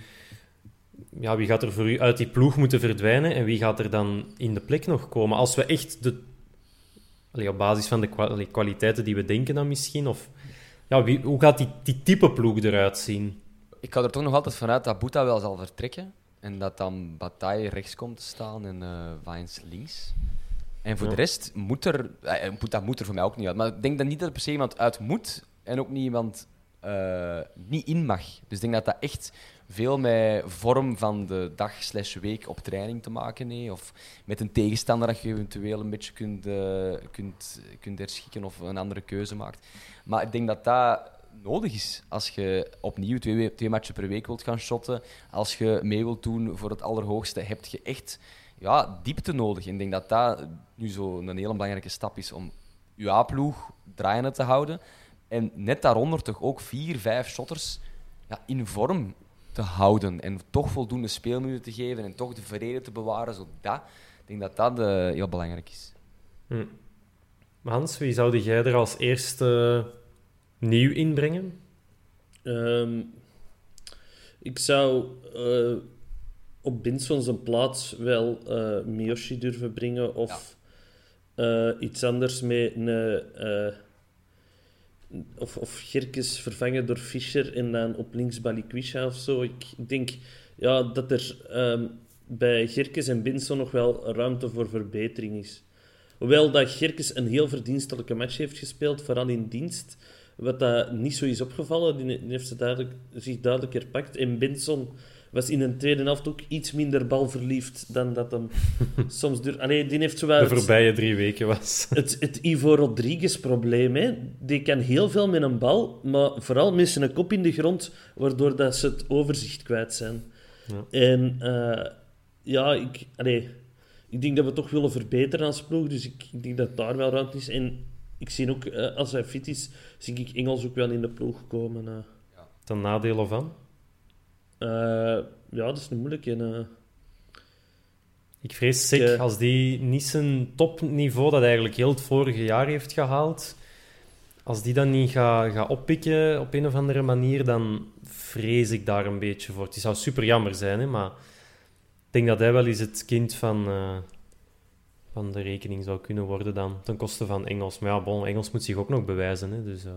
Ja, wie gaat er voor u uit die ploeg moeten verdwijnen en wie gaat er dan in de plek nog komen? Als we echt de... Allee, op basis van de kwa- kwaliteiten die we denken dan misschien, of... Ja, wie, hoe gaat die, die type ploeg eruit zien? Ik ga er toch nog altijd vanuit dat Boeta wel zal vertrekken en dat dan Bataille rechts komt te staan en uh, Vines links. En voor ja. de rest moet er... Eh, Boeta moet er voor mij ook niet uit. Maar ik denk dat niet dat er per se iemand uit moet en ook niet iemand uh, niet in mag. Dus ik denk dat dat echt... veel met vorm van de dag slash week op training te maken heeft. Of met een tegenstander dat je eventueel een beetje kunt, uh, kunt, kunt herschikken of een andere keuze maakt. Maar ik denk dat dat nodig is als je opnieuw twee, twee matchen per week wilt gaan shotten. Als je mee wilt doen voor het allerhoogste, heb je echt ja, diepte nodig. En ik denk dat dat nu zo een hele belangrijke stap is om je A-ploeg draaiende te houden. En net daaronder toch ook vier, vijf shotters ja, in vorm te houden en toch voldoende speelminuten te geven en toch de vrede te bewaren, zodat ik denk dat dat uh, heel belangrijk is. Hm. Hans, wie zou jij er als eerste uh, nieuw inbrengen? Um, ik zou uh, op Binson zijn plaats wel uh, Miyoshi durven brengen of ja. uh, iets anders met een... Uh, Of, of Gerkes vervangen door Fischer en dan op links Balikwisha of zo. Ik denk ja, dat er um, bij Gerkes en Benson nog wel ruimte voor verbetering is. Hoewel dat Gerkes een heel verdienstelijke match heeft gespeeld, vooral in dienst. Wat dat niet zo is opgevallen, die heeft ze duidelijk, zich duidelijk herpakt. En Benson was in de tweede helft ook iets minder balverliefd dan dat hem soms duurt. Allee, die heeft zowel de voorbije drie weken was. Het, het Ivo Rodriguez-probleem, hè. Die kan heel veel met een bal, maar vooral met zijn kop in de grond, waardoor dat ze het overzicht kwijt zijn. Ja. En uh, ja, ik, allee, ik denk dat we toch willen verbeteren als ploeg, dus ik, ik denk dat daar wel ruimte is. En ik zie ook, uh, als hij fit is, zie ik Engels ook wel in de ploeg komen. Uh. Ja. Ten nadele van? Uh, ja, dat is niet moeilijk. En, uh... Ik vrees zeker, uh... als die niet zijn topniveau, dat eigenlijk heel het vorige jaar heeft gehaald, als die dat niet gaat ga oppikken op een of andere manier, dan vrees ik daar een beetje voor. Het zou super jammer zijn, hè, maar ik denk dat hij wel eens het kind van, uh, van de rekening zou kunnen worden dan, ten koste van Engels. Maar ja, bon, Engels moet zich ook nog bewijzen, hè, dus... Uh...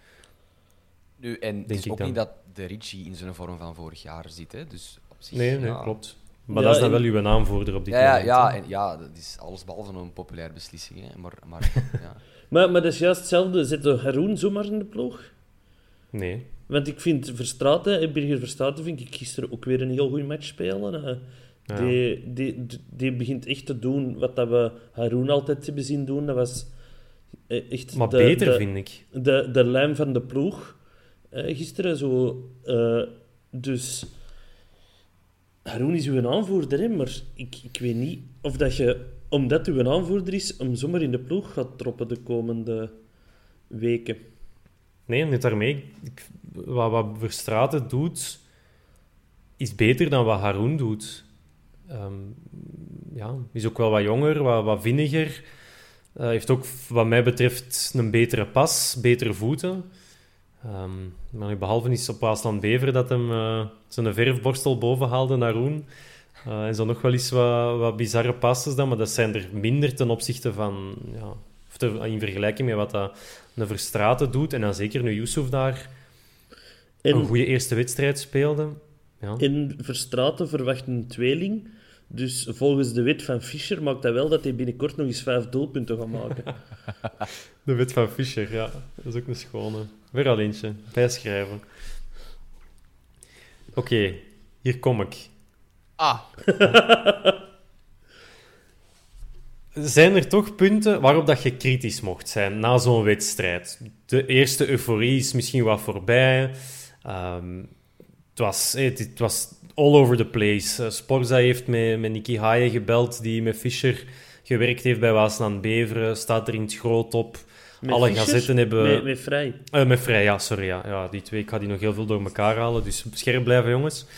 Nu, en het is ook niet dat de Ricci in zijn vorm van vorig jaar zit, hè? Dus op zich, nee, nee, ja. klopt. Maar ja, dat is dan en... wel uw aanvoerder op dit ja, moment. Ja, ja, en, ja, dat is allesbehalve een populaire beslissing. Hè? Maar, maar, ja. maar, maar dat is juist hetzelfde. Zet de Haroun zomaar in de ploeg? Nee. Want ik vind Verstraeten, Birger Verstraeten, vind ik gisteren ook weer een heel goede match spelen. Uh, ja. die, die, die begint echt te doen wat dat we Haroun altijd hebben zien doen. Dat was echt maar de, beter, de, vind ik. De, de lijm van de ploeg. Uh, gisteren zo. Uh, dus Haroun is uw aanvoerder, hè, maar ik, ik weet niet of dat je, omdat uw aanvoerder is, hem zomaar in de ploeg gaat droppen de komende weken. Nee, met daarmee, ik, wat, wat Verstraeten doet, is beter dan wat Haroun doet. Um, ja, is ook wel wat jonger, wat, wat vinniger. Uh, heeft ook, wat mij betreft, een betere pas, betere voeten. Um, maar behalve is op Waasland Bever dat hem uh, zijn verfborstel boven haalde naar Haroun. Uh, en zo nog wel eens wat, wat bizarre passes dan, maar dat zijn er minder ten opzichte van... Ja, of te, in vergelijking met wat dat een Verstraeten doet. En dan zeker nu Yusuf daar en, een goede eerste wedstrijd speelde. Ja. En Verstraeten verwacht een tweeling. Dus volgens de wet van Fischer maakt dat wel dat hij binnenkort nog eens vijf doelpunten gaat maken. De wet van Fischer, ja. Dat is ook een schone. Weer al eentje. Bijschrijven. Oké, okay, hier kom ik. Ah. Zijn er toch punten waarop dat je kritisch mocht zijn na zo'n wedstrijd? De eerste euforie is misschien wat voorbij. Um, het, was, het was all over the place. Uh, Sporza heeft met, met Nicky Haaien gebeld, die met Fischer gewerkt heeft bij Waasland Beveren. Staat er in het groot op. Met Alle Fischer? gazetten hebben... Met, met Vrij. Uh, met Vrij, ja, sorry. Ja. Ja, die twee, ik ga die nog heel veel door elkaar halen. Dus scherp blijven, jongens.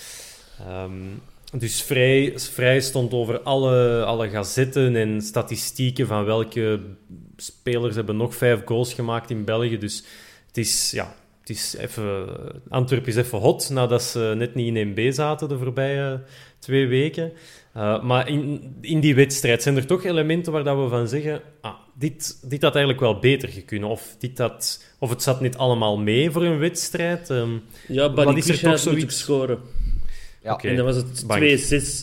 Um, dus Vrij, Vrij stond over alle, alle gazetten en statistieken van welke spelers hebben nog vijf goals gemaakt in België. Dus het is... Ja, het is even... Antwerpen is even hot, nadat ze net niet in één B zaten de voorbije twee weken. Uh, maar in, in die wedstrijd zijn er toch elementen waar dat we van zeggen... Ah, dit, dit had eigenlijk wel beter gekunnen. Of, dit had, of het zat niet allemaal mee voor een wedstrijd. Um, ja, Balikwisha had moeten scoren. Ja. Okay. En dan was het twee zes.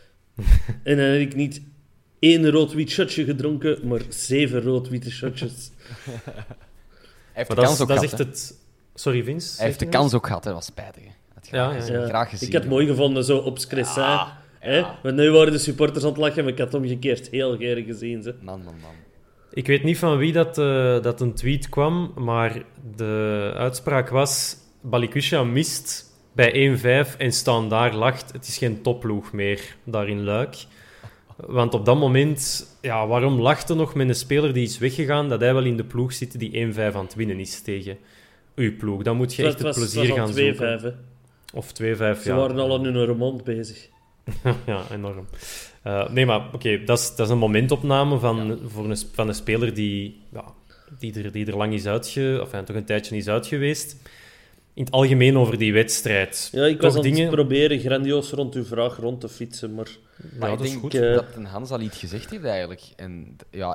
En dan heb ik niet één rood-wit shotje gedronken, maar zeven rood-witte shotjes. Hij heeft maar de dat kans is, ook dat gehad, is echt het... Sorry, Vince? Hij heeft de kans ook gehad, dat was spijtig. Dat ja, graag, ja, ja. ja. graag gezien. Ik had het mooi gevonden, zo op Scressin. Ja, hè? ja. Want nu waren de supporters aan het lachen, maar ik had het omgekeerd heel graag gezien. Ze. Man, man, man. Ik weet niet van wie dat, uh, dat een tweet kwam, maar de uitspraak was... Balikwisha mist bij één vijf en Standaard lacht. Het is geen topploeg meer daar in Luik. Want op dat moment... Ja, waarom lachte nog met een speler die is weggegaan, dat hij wel in de ploeg zit die één vijf aan het winnen is tegen uw ploeg? Dan moet je echt het, het plezier het was gaan twee zoeken. vijf, of twee vijf, Ze ja. waren al aan hun remond bezig. Ja, enorm. Uh, nee, maar oké, okay, dat, is, dat is een momentopname van, ja. voor een, van een speler die, ja, die, er, die er lang is uitge... Of ja, toch een tijdje is uit geweest. In het algemeen over die wedstrijd. Ja, ik toch was aan dingen... het proberen grandioos rond uw vraag rond te fietsen, maar... Maar ja, ik dat is denk goed. uh, dat een Hans al iets gezegd heeft, eigenlijk. En ja,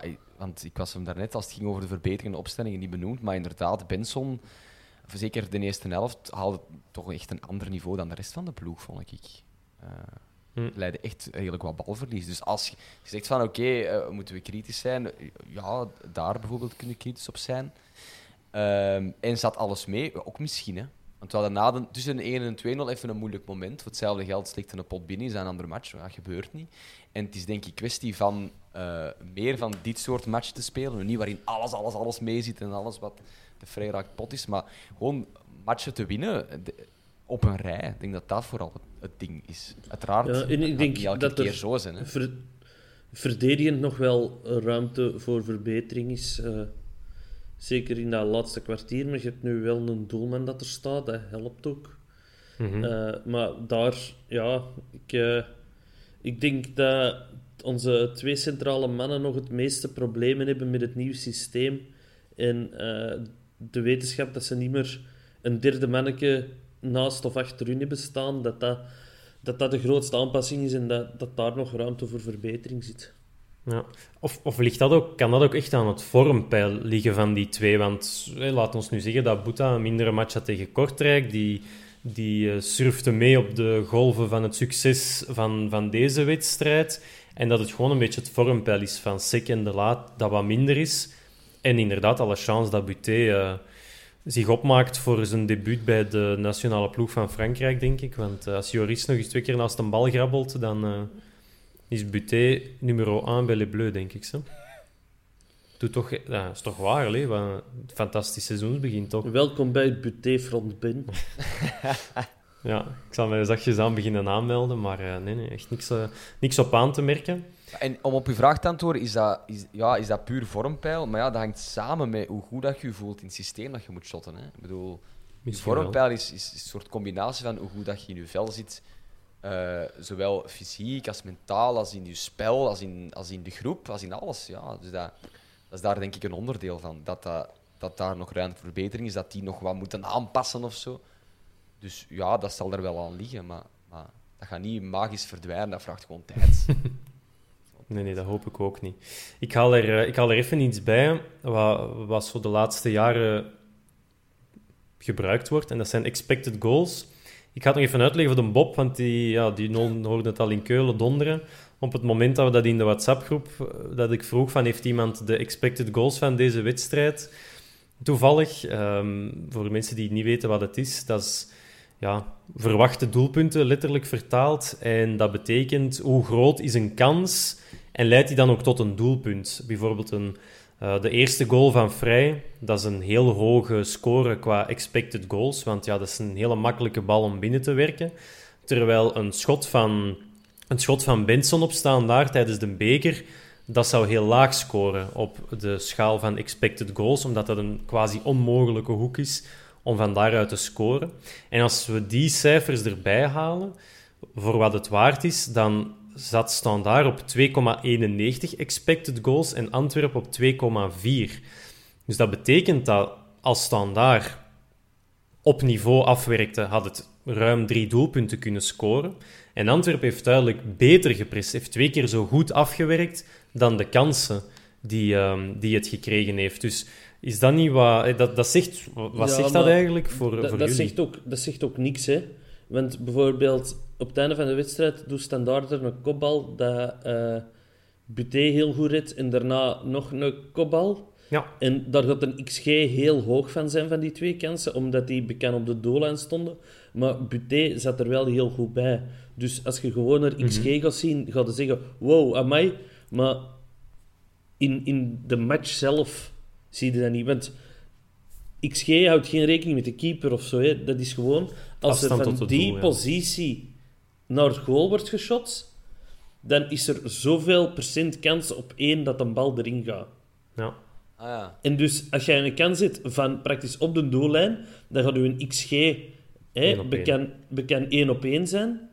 want ik was hem daarnet, als het ging over de verbeteringen en de opstellingen, niet benoemd. Maar inderdaad, Benson, zeker de eerste helft, haalde toch echt een ander niveau dan de rest van de ploeg, vond ik. Uh, hm. Leidde echt eigenlijk wat balverlies. Dus als je zegt van, oké, okay, uh, moeten we kritisch zijn? Ja, daar bijvoorbeeld kunnen we kritisch op zijn. Uh, en zat alles mee? Ook misschien, hè. Want we hadden na de, tussen de één en twee nul even een moeilijk moment. Voor hetzelfde geld steekt een pot binnen, is een andere match. Dat gebeurt niet. En het is denk ik kwestie van uh, meer van dit soort match te spelen. Niet waarin alles, alles, alles mee zit en alles wat de vrij raakt pot is. Maar gewoon matchen te winnen de, op een rij. Ik denk dat dat vooral het, het ding is. Uiteraard, ja, en ik denk niet elke dat keer er zo zijn. Hè. Ver, verdedigend nog wel ruimte voor verbetering is. Uh, Zeker in dat laatste kwartier, maar je hebt nu wel een doelman dat er staat, dat helpt ook. Mm-hmm. Uh, maar daar, ja, ik, uh, ik denk dat onze twee centrale mannen nog het meeste problemen hebben met het nieuwe systeem. En uh, de wetenschap dat ze niet meer een derde manneke naast of achter hun hebben staan, dat dat, dat, dat de grootste aanpassing is en dat, dat daar nog ruimte voor verbetering zit. Ja. Of, of ligt dat ook, kan dat ook echt aan het vormpeil liggen van die twee? Want hé, laat ons nu zeggen dat Boeta een mindere match had tegen Kortrijk. Die, die uh, surfte mee op de golven van het succes van, van deze wedstrijd. En dat het gewoon een beetje het vormpeil is van Sek en De Laat dat wat minder is. En inderdaad, alle chance dat Buté uh, zich opmaakt voor zijn debuut bij de nationale ploeg van Frankrijk, denk ik. Want uh, als Joris nog eens twee keer naast een bal grabbelt, dan... Uh, is Buté nummer één bij Les Bleus, denk ik. Zo. Doe toch, ja, is toch waar, hè? Wat een fantastisch seizoensbegin, toch? Welkom bij het Buté-front, Ben. Ja, ik zal mij zachtjes aan beginnen aanmelden, maar uh, nee, nee, echt niks, uh, niks op aan te merken. En om op uw vraag te antwoorden, is dat, is, ja, is dat puur vormpeil? Maar ja, dat hangt samen met hoe goed dat je je voelt in het systeem dat je moet shotten. Hè? Ik bedoel, je vormpeil is, is een soort combinatie van hoe goed dat je in je vel zit... Uh, zowel fysiek als mentaal, als in je spel, als in, als in de groep, als in alles. Ja, dus dat, dat is daar denk ik een onderdeel van. Dat, dat, dat daar nog ruimte voor verbetering is, dat die nog wat moeten aanpassen of zo. Dus ja, dat zal er wel aan liggen, maar, maar dat gaat niet magisch verdwijnen, dat vraagt gewoon tijd. Nee, nee, dat hoop ik ook niet. Ik haal er, ik haal er even iets bij, wat, wat zo de laatste jaren gebruikt wordt, en dat zijn expected goals. Ik ga het nog even uitleggen voor de Bob, want die, ja, die hoorde het al in Keulen donderen. Op het moment dat we dat in de WhatsApp-groep, dat ik vroeg van, heeft iemand de expected goals van deze wedstrijd? Toevallig, um, voor mensen die niet weten wat het is, dat is ja, verwachte doelpunten, letterlijk vertaald. En dat betekent, hoe groot is een kans en leidt die dan ook tot een doelpunt? Bijvoorbeeld een... Uh, de eerste goal van Vrij, dat is een heel hoge score qua expected goals, want ja, dat is een hele makkelijke bal om binnen te werken. Terwijl een schot van, een schot van Benson opstaan daar tijdens de beker, dat zou heel laag scoren op de schaal van expected goals, omdat dat een quasi onmogelijke hoek is om van daaruit te scoren. En als we die cijfers erbij halen, voor wat het waard is, dan... zat Standaard op twee komma eenennegentig expected goals en Antwerpen op twee komma vier. Dus dat betekent dat als Standaard op niveau afwerkte, had het ruim drie doelpunten kunnen scoren. En Antwerpen heeft duidelijk beter gepresteerd, heeft twee keer zo goed afgewerkt dan de kansen die, um, die het gekregen heeft. Dus is dat niet wat... Dat, dat zegt, wat ja, zegt dat eigenlijk voor, dat, voor dat jullie? Zegt ook, dat zegt ook niks, hè. Want bijvoorbeeld op het einde van de wedstrijd doet Standaard er een kopbal dat uh, Buté heel goed redt en daarna nog een kopbal. Ja. En daar gaat een X G heel hoog van zijn van die twee kansen, omdat die bekend op de doellijn stonden. Maar Buté zat er wel heel goed bij. Dus als je gewoon er X G mm-hmm. gaat zien, ga je zeggen, wow, amai. Maar in, in de match zelf zie je dat niet. Want X G houdt geen rekening met de keeper of zo. Hè. Dat is gewoon, als er van die doel, ja. positie naar het goal wordt geschot, dan is er zoveel procent kans op één dat een bal erin gaat. Ja. Ah, ja. En dus, als jij een kans zet van praktisch op de doellijn, dan gaat je een X G hè, bekend, bekend één op één zijn.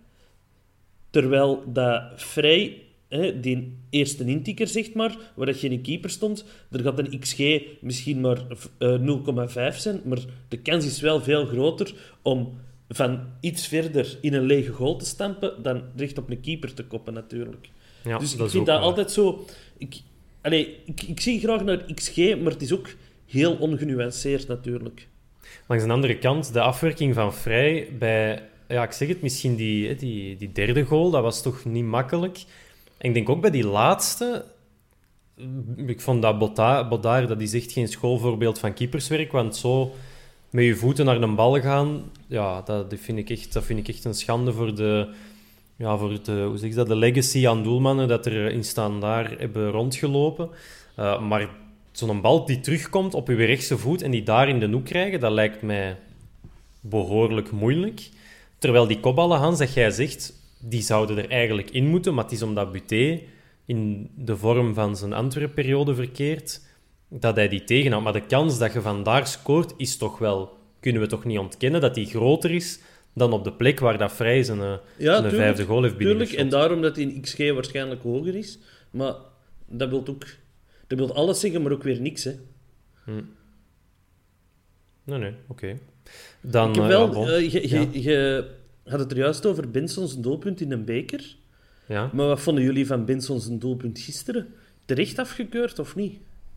Terwijl dat Vrij, hè, die eerste intikker, zeg maar, waar dat geen keeper stond, er gaat een X G misschien maar uh, nul komma vijf zijn, maar de kans is wel veel groter om van iets verder in een lege goal te stampen dan recht op een keeper te koppen, natuurlijk. Ja, dus dat ik vind dat waar. altijd zo... Ik, Allee, ik, ik zie graag naar X G, maar het is ook heel ongenuanceerd natuurlijk. Langs de andere kant, de afwerking van Vrij bij... Ja, ik zeg het, misschien die, die, die derde goal, dat was toch niet makkelijk. En ik denk ook bij die laatste... Ik vond dat Bodaar, dat is echt geen schoolvoorbeeld van keeperswerk, want zo met je voeten naar een bal gaan, ja, dat vind ik echt, dat vind ik echt een schande voor de... Ja, voor de, hoe zeg je dat, de legacy aan doelmannen dat er in Standaard hebben rondgelopen. Uh, maar zo'n bal die terugkomt op je rechtse voet en die daar in de hoek krijgen, dat lijkt mij behoorlijk moeilijk. Terwijl die kopballen, Hans, dat jij zegt, die zouden er eigenlijk in moeten, maar het is omdat Buté in de vorm van zijn Antwerp-periode verkeert, dat hij die tegenhoudt. Maar de kans dat je vandaar scoort, is toch wel, kunnen we toch niet ontkennen, dat die groter is dan op de plek waar dat Vrij zijn, ja, zijn tuurlijk, vijfde goal heeft binnengeschot. Tuurlijk, en daarom dat hij in X G waarschijnlijk hoger is. Maar dat wil ook... Dat wil alles zeggen, maar ook weer niks, hè. Hm. Nee, nee, oké. Okay. Dan... Ik heb wel... Uh, ja, bon. uh, je, ja. je, je had het er juist over Benson's doelpunt in een beker. Ja. Maar wat vonden jullie van Benson's doelpunt gisteren? Terecht afgekeurd, of niet?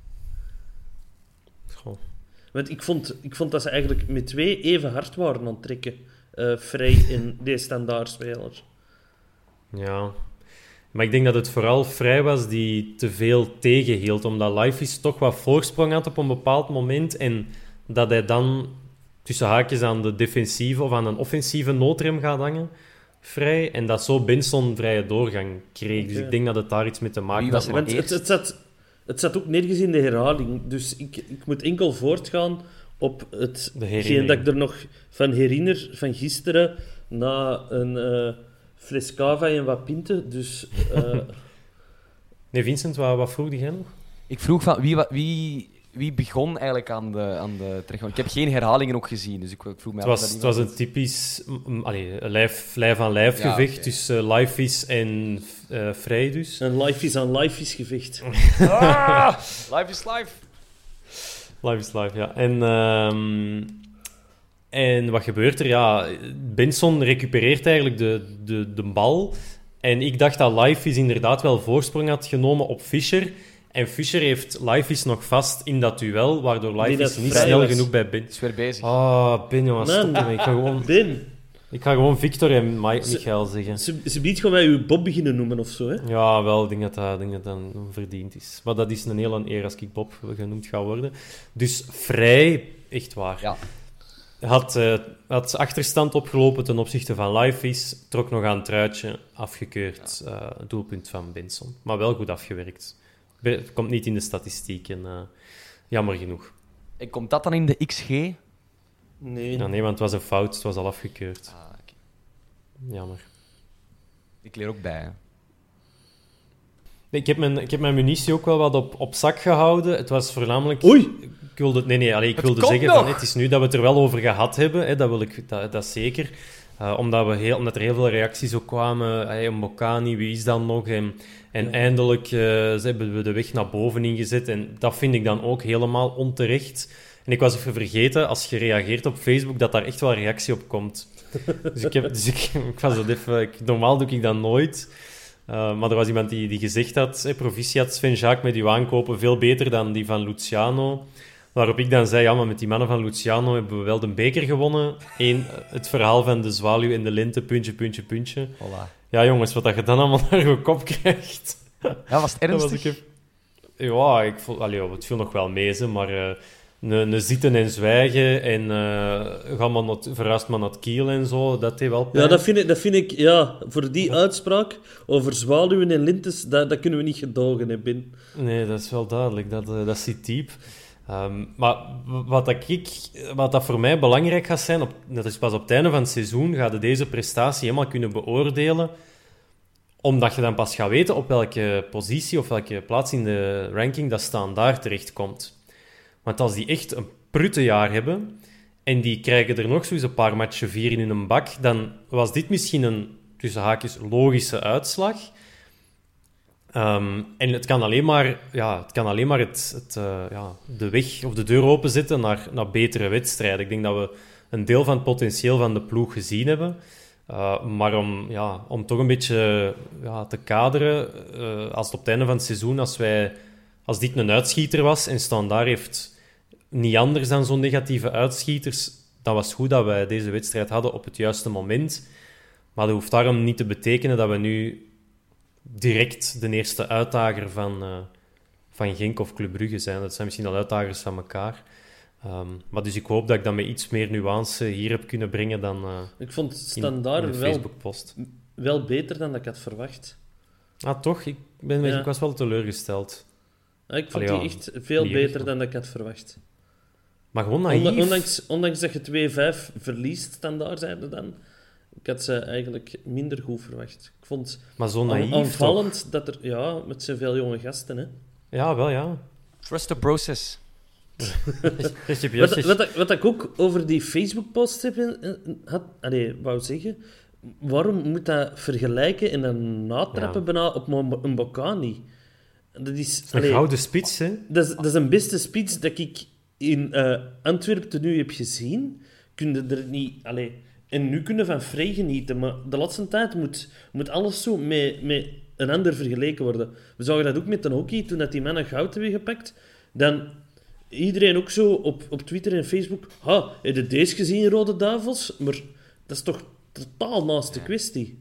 Goh. Want ik vond, ik vond dat ze eigenlijk met twee even hard waren aan het trekken. Uh, Vrij en deze Standaard-speler. Ja, maar ik denk dat het vooral Vrij was die te veel tegenhield, omdat Life toch wat voorsprong had op een bepaald moment en dat hij dan tussen haakjes aan de defensieve of aan een offensieve noodrem gaat hangen, Vrij, en dat zo Benson vrije doorgang kreeg. Okay. Dus ik denk dat het daar iets mee te maken had. Want het, het, zat, het zat ook nergens in de herhaling, dus ik, ik moet enkel voortgaan op hetgeen dat ik er nog van herinner van gisteren na een uh, fles cava en wat pinten. Dus, uh... nee, Vincent, wat, wat vroeg jij nog? Ik vroeg van wie, wie, wie begon eigenlijk aan de, aan de terechtgang. Ik heb geen herhalingen ook gezien, dus ik, ik vroeg me af. Het was, het was een typisch lijf, lijf aan lijf ja, gevecht okay. tussen uh, Lifeis en uh, Vrij dus. Een Lifeis aan Lifeis gevecht. ah, life is life. Live is live, ja. En, um, en wat gebeurt er? Ja, Benson recupereert eigenlijk de, de, de bal. En ik dacht dat Lifeis inderdaad wel voorsprong had genomen op Fischer. En Fischer heeft Lifeis nog vast in dat duel, waardoor Lifeis niet snel was. genoeg bij Ben... Is weer bezig. Ah, oh, Ben, jongen, stop ermee. Ik ga gewoon... Ben. Ik ga gewoon Victor en Mike, Michael zeggen. Ze, ze biedt gewoon bij u Bob beginnen noemen of zo, hè? Ja, wel. Ik denk dat dat, denk dat dat verdiend is. Maar dat is een hele eer als ik Bob genoemd ga worden. Dus Vrij, echt waar. Ja. Had, uh, had achterstand opgelopen ten opzichte van Lifeis. Trok nog aan het truitje. Afgekeurd. Ja. Uh, doelpunt van Benson. Maar wel goed afgewerkt. Het komt niet in de statistieken. Uh, jammer genoeg. En komt dat dan in de X G? Nee. Ja, nee, want het was een fout. Het was al afgekeurd. Ah, okay. Jammer. Ik leer ook bij, hè. Ik heb mijn, ik heb mijn munitie ook wel wat op, op zak gehouden. Het was voornamelijk... Oei! Ik wilde, nee, nee, allee, ik wilde zeggen, van, het is nu dat we het er wel over gehad hebben. Hè, dat wil ik, dat, dat zeker. Uh, omdat, we heel, omdat er heel veel reacties ook kwamen. Hey, Mbokani, wie is dan nog? En, en ja. eindelijk uh, ze hebben we de weg naar boven ingezet. En dat vind ik dan ook helemaal onterecht. En ik was even vergeten, als je reageert op Facebook, dat daar echt wel reactie op komt. Dus ik, heb, dus ik, ik was dat even... Ik, normaal doe ik dat nooit. Uh, maar er was iemand die, die gezegd had... Hey, proficiat Sven-Jacques met uw aankopen, veel beter dan die van Luciano. Waarop ik dan zei, ja, maar met die mannen van Luciano hebben we wel de beker gewonnen. Eén, het verhaal van de zwaluw en de lente, puntje, puntje, puntje. Voilà. Ja, jongens, wat dat je dan allemaal naar je kop krijgt. Ja, was het ernstig? Was ik... Ja, ik voel... Allee, het viel nog wel mee, ze, maar... Uh, Een zitten en zwijgen en uh, ga maar not, verrast maar naar het kiel en zo, dat deed wel pijn. Ja, dat vind ik, dat vind ik ja, voor die uitspraak over zwaluwen en lintes, dat, dat kunnen we niet gedogen, hè, Ben. Nee, dat is wel duidelijk, dat, uh, dat zit diep. Um, maar wat, dat ik, wat dat voor mij belangrijk gaat zijn, op, dat is pas op het einde van het seizoen, ga je deze prestatie helemaal kunnen beoordelen, omdat je dan pas gaat weten op welke positie of welke plaats in de ranking dat Standaard terechtkomt. Want als die echt een pruttenjaar hebben en die krijgen er nog zo eens een paar matchen vier in hun bak, dan was dit misschien een, tussen haakjes, logische uitslag. Um, en het kan alleen maar, ja, het, kan alleen maar het, het, uh, ja, de weg of de deur openzetten naar, naar betere wedstrijden. Ik denk dat we een deel van het potentieel van de ploeg gezien hebben. Uh, maar om, ja, om toch een beetje ja, te kaderen, uh, als het op het einde van het seizoen, als wij als dit een uitschieter was en Standaard heeft niet anders dan zo'n negatieve uitschieters, dan was het goed dat wij deze wedstrijd hadden op het juiste moment. Maar dat hoeft daarom niet te betekenen dat we nu direct de eerste uitdager van, uh, van Genk of Club Brugge zijn. Dat zijn misschien al uitdagers van elkaar. Um, maar dus ik hoop dat ik dat met iets meer nuance hier heb kunnen brengen dan uh, ik vond Standaard in, in de wel, Facebook-post. wel beter dan dat ik had verwacht. Ah, toch? Ik, ben, Ja. ik was wel teleurgesteld. Ja, ik vond Allee, die ja, echt veel niet beter erg, dan dat ik had verwacht. Maar gewoon naïef. Ondanks, ondanks, ondanks dat je twee vijf verliest, Standaard zeiden dan, ik had ze eigenlijk minder goed verwacht. Ik vond Maar zo naïef, aan, aanvallend dat er... Ja, met zoveel jonge gasten, hè. Ja, wel ja. Trust the process. Wat, wat, wat ik ook over die Facebook-post heb, had, allee, wou zeggen, waarom moet dat vergelijken en dan natrappen Ja. bijna op een Bocani? Dat is, Een allee, gouden spits, hè? dat, is, dat is een beste spits dat ik in uh, Antwerpen nu heb gezien. Kun je er niet... Allee, en nu kunnen van vrij genieten, maar de laatste tijd moet, moet alles zo met, met een ander vergeleken worden. We zagen dat ook met een hockey, toen dat die mannen goud hebben gepakt. Dan iedereen ook zo op, op Twitter en Facebook. Ha, heb je deze gezien, Rode Duivels? Maar dat is toch totaal naast de kwestie.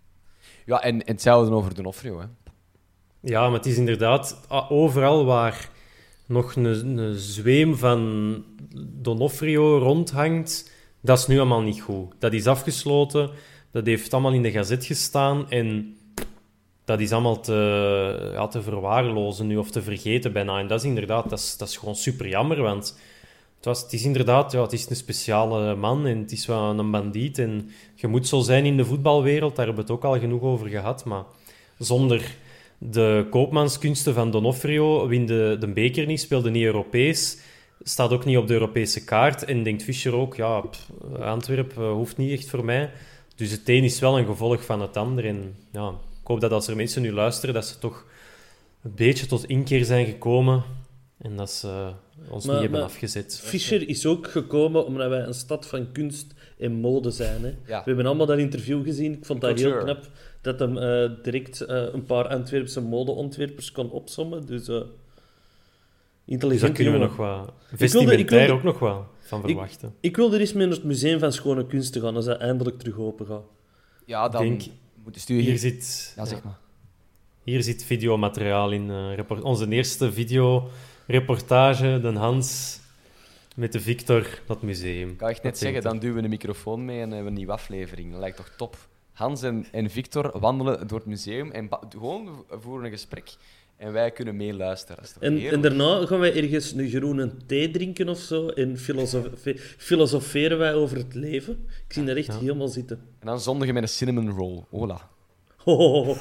Ja, en, en hetzelfde over D'Onofrio, hè. Ja, maar het is inderdaad ah, overal waar nog een, een zweem van D'Onofrio rondhangt, dat is nu allemaal niet goed. Dat is afgesloten, dat heeft allemaal in de gazet gestaan en dat is allemaal te, ja, te verwaarlozen nu of te vergeten bijna. En dat is inderdaad, dat is, dat is gewoon super jammer, want het, was, het is inderdaad, ja, het is een speciale man en het is wel een bandiet en je moet zo zijn in de voetbalwereld, daar hebben we het ook al genoeg over gehad, maar zonder de koopmanskunsten van D'Onofrio wint de, de beker niet, speelde niet Europees, staat ook niet op de Europese kaart en denkt Fischer ook, ja, pff, Antwerpen uh, hoeft niet echt voor mij. Dus het een is wel een gevolg van het ander en ja, ik hoop dat als er mensen nu luisteren, dat ze toch een beetje tot inkeer zijn gekomen en dat ze uh, ons Maar- niet hebben maar afgezet. Fischer is ook gekomen omdat wij een stad van kunst en mode zijn. Hè. Ja. We hebben allemaal dat interview gezien. Ik vond dat heel Culture. knap dat hem eh, direct eh, een paar Antwerpse modeontwerpers kon opsommen. Dus eh Dus intelligent daar kunnen we jongen. nog wat wilde- vestimentair ik wilde- ook nog wat van Ik, verwachten. ik wil er eens mee naar het Museum van Schone Kunsten gaan als dat eindelijk terug open gaat. Ja, dan Denk, moet stuur Hier je... zit... Ja, zeg maar. Hier zit videomateriaal in. eh, report- onze eerste videoreportage, de Hans met de Victor, dat museum. Ik kan echt net Wat zeggen, denkt dan duwen we een microfoon mee en hebben we een nieuwe aflevering. Dat lijkt toch top. Hans en, en Victor wandelen door het museum en ba- gewoon voeren een gesprek. En wij kunnen meeluisteren. Dat is toch En, en heerlijk? daarna gaan wij ergens een groene thee drinken of zo en filosofe- filosoferen wij over het leven. Ik zie dat echt Ja. helemaal zitten. En dan zondigen met een cinnamon roll. Hola. Ho, ho, ho.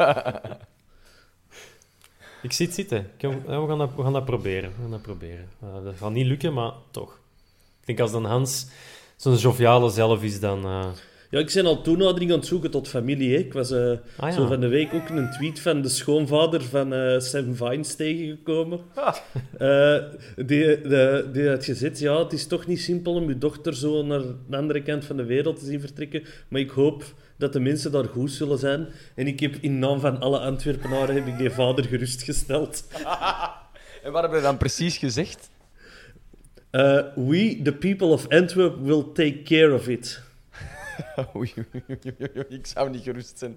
Ik zie het zitten. Ik kan- ja, we, gaan dat, we gaan dat proberen. We gaan dat proberen. Eh, dat gaat niet lukken, maar toch. Ik denk als dan Hans zo'n joviale zelf is, dan... eh, Ja, ik ben al toenadering aan het zoeken tot familie. Hè. Ik was eh, Ah, ja. zo van de week ook een tweet van de schoonvader van eh, Sam Vines tegengekomen. Eh, die, de, die had gezegd, ja, het is toch niet simpel om je dochter zo naar de andere kant van de wereld te zien vertrekken, maar ik hoop dat de mensen daar goed zullen zijn. En ik heb in naam van alle Antwerpenaren heb ik die vader gerustgesteld. En wat hebben we dan precies gezegd? Eh, we, the people of Antwerp, will take care of it. Oei, oei, oei, oei, oei, ik zou niet gerust zijn.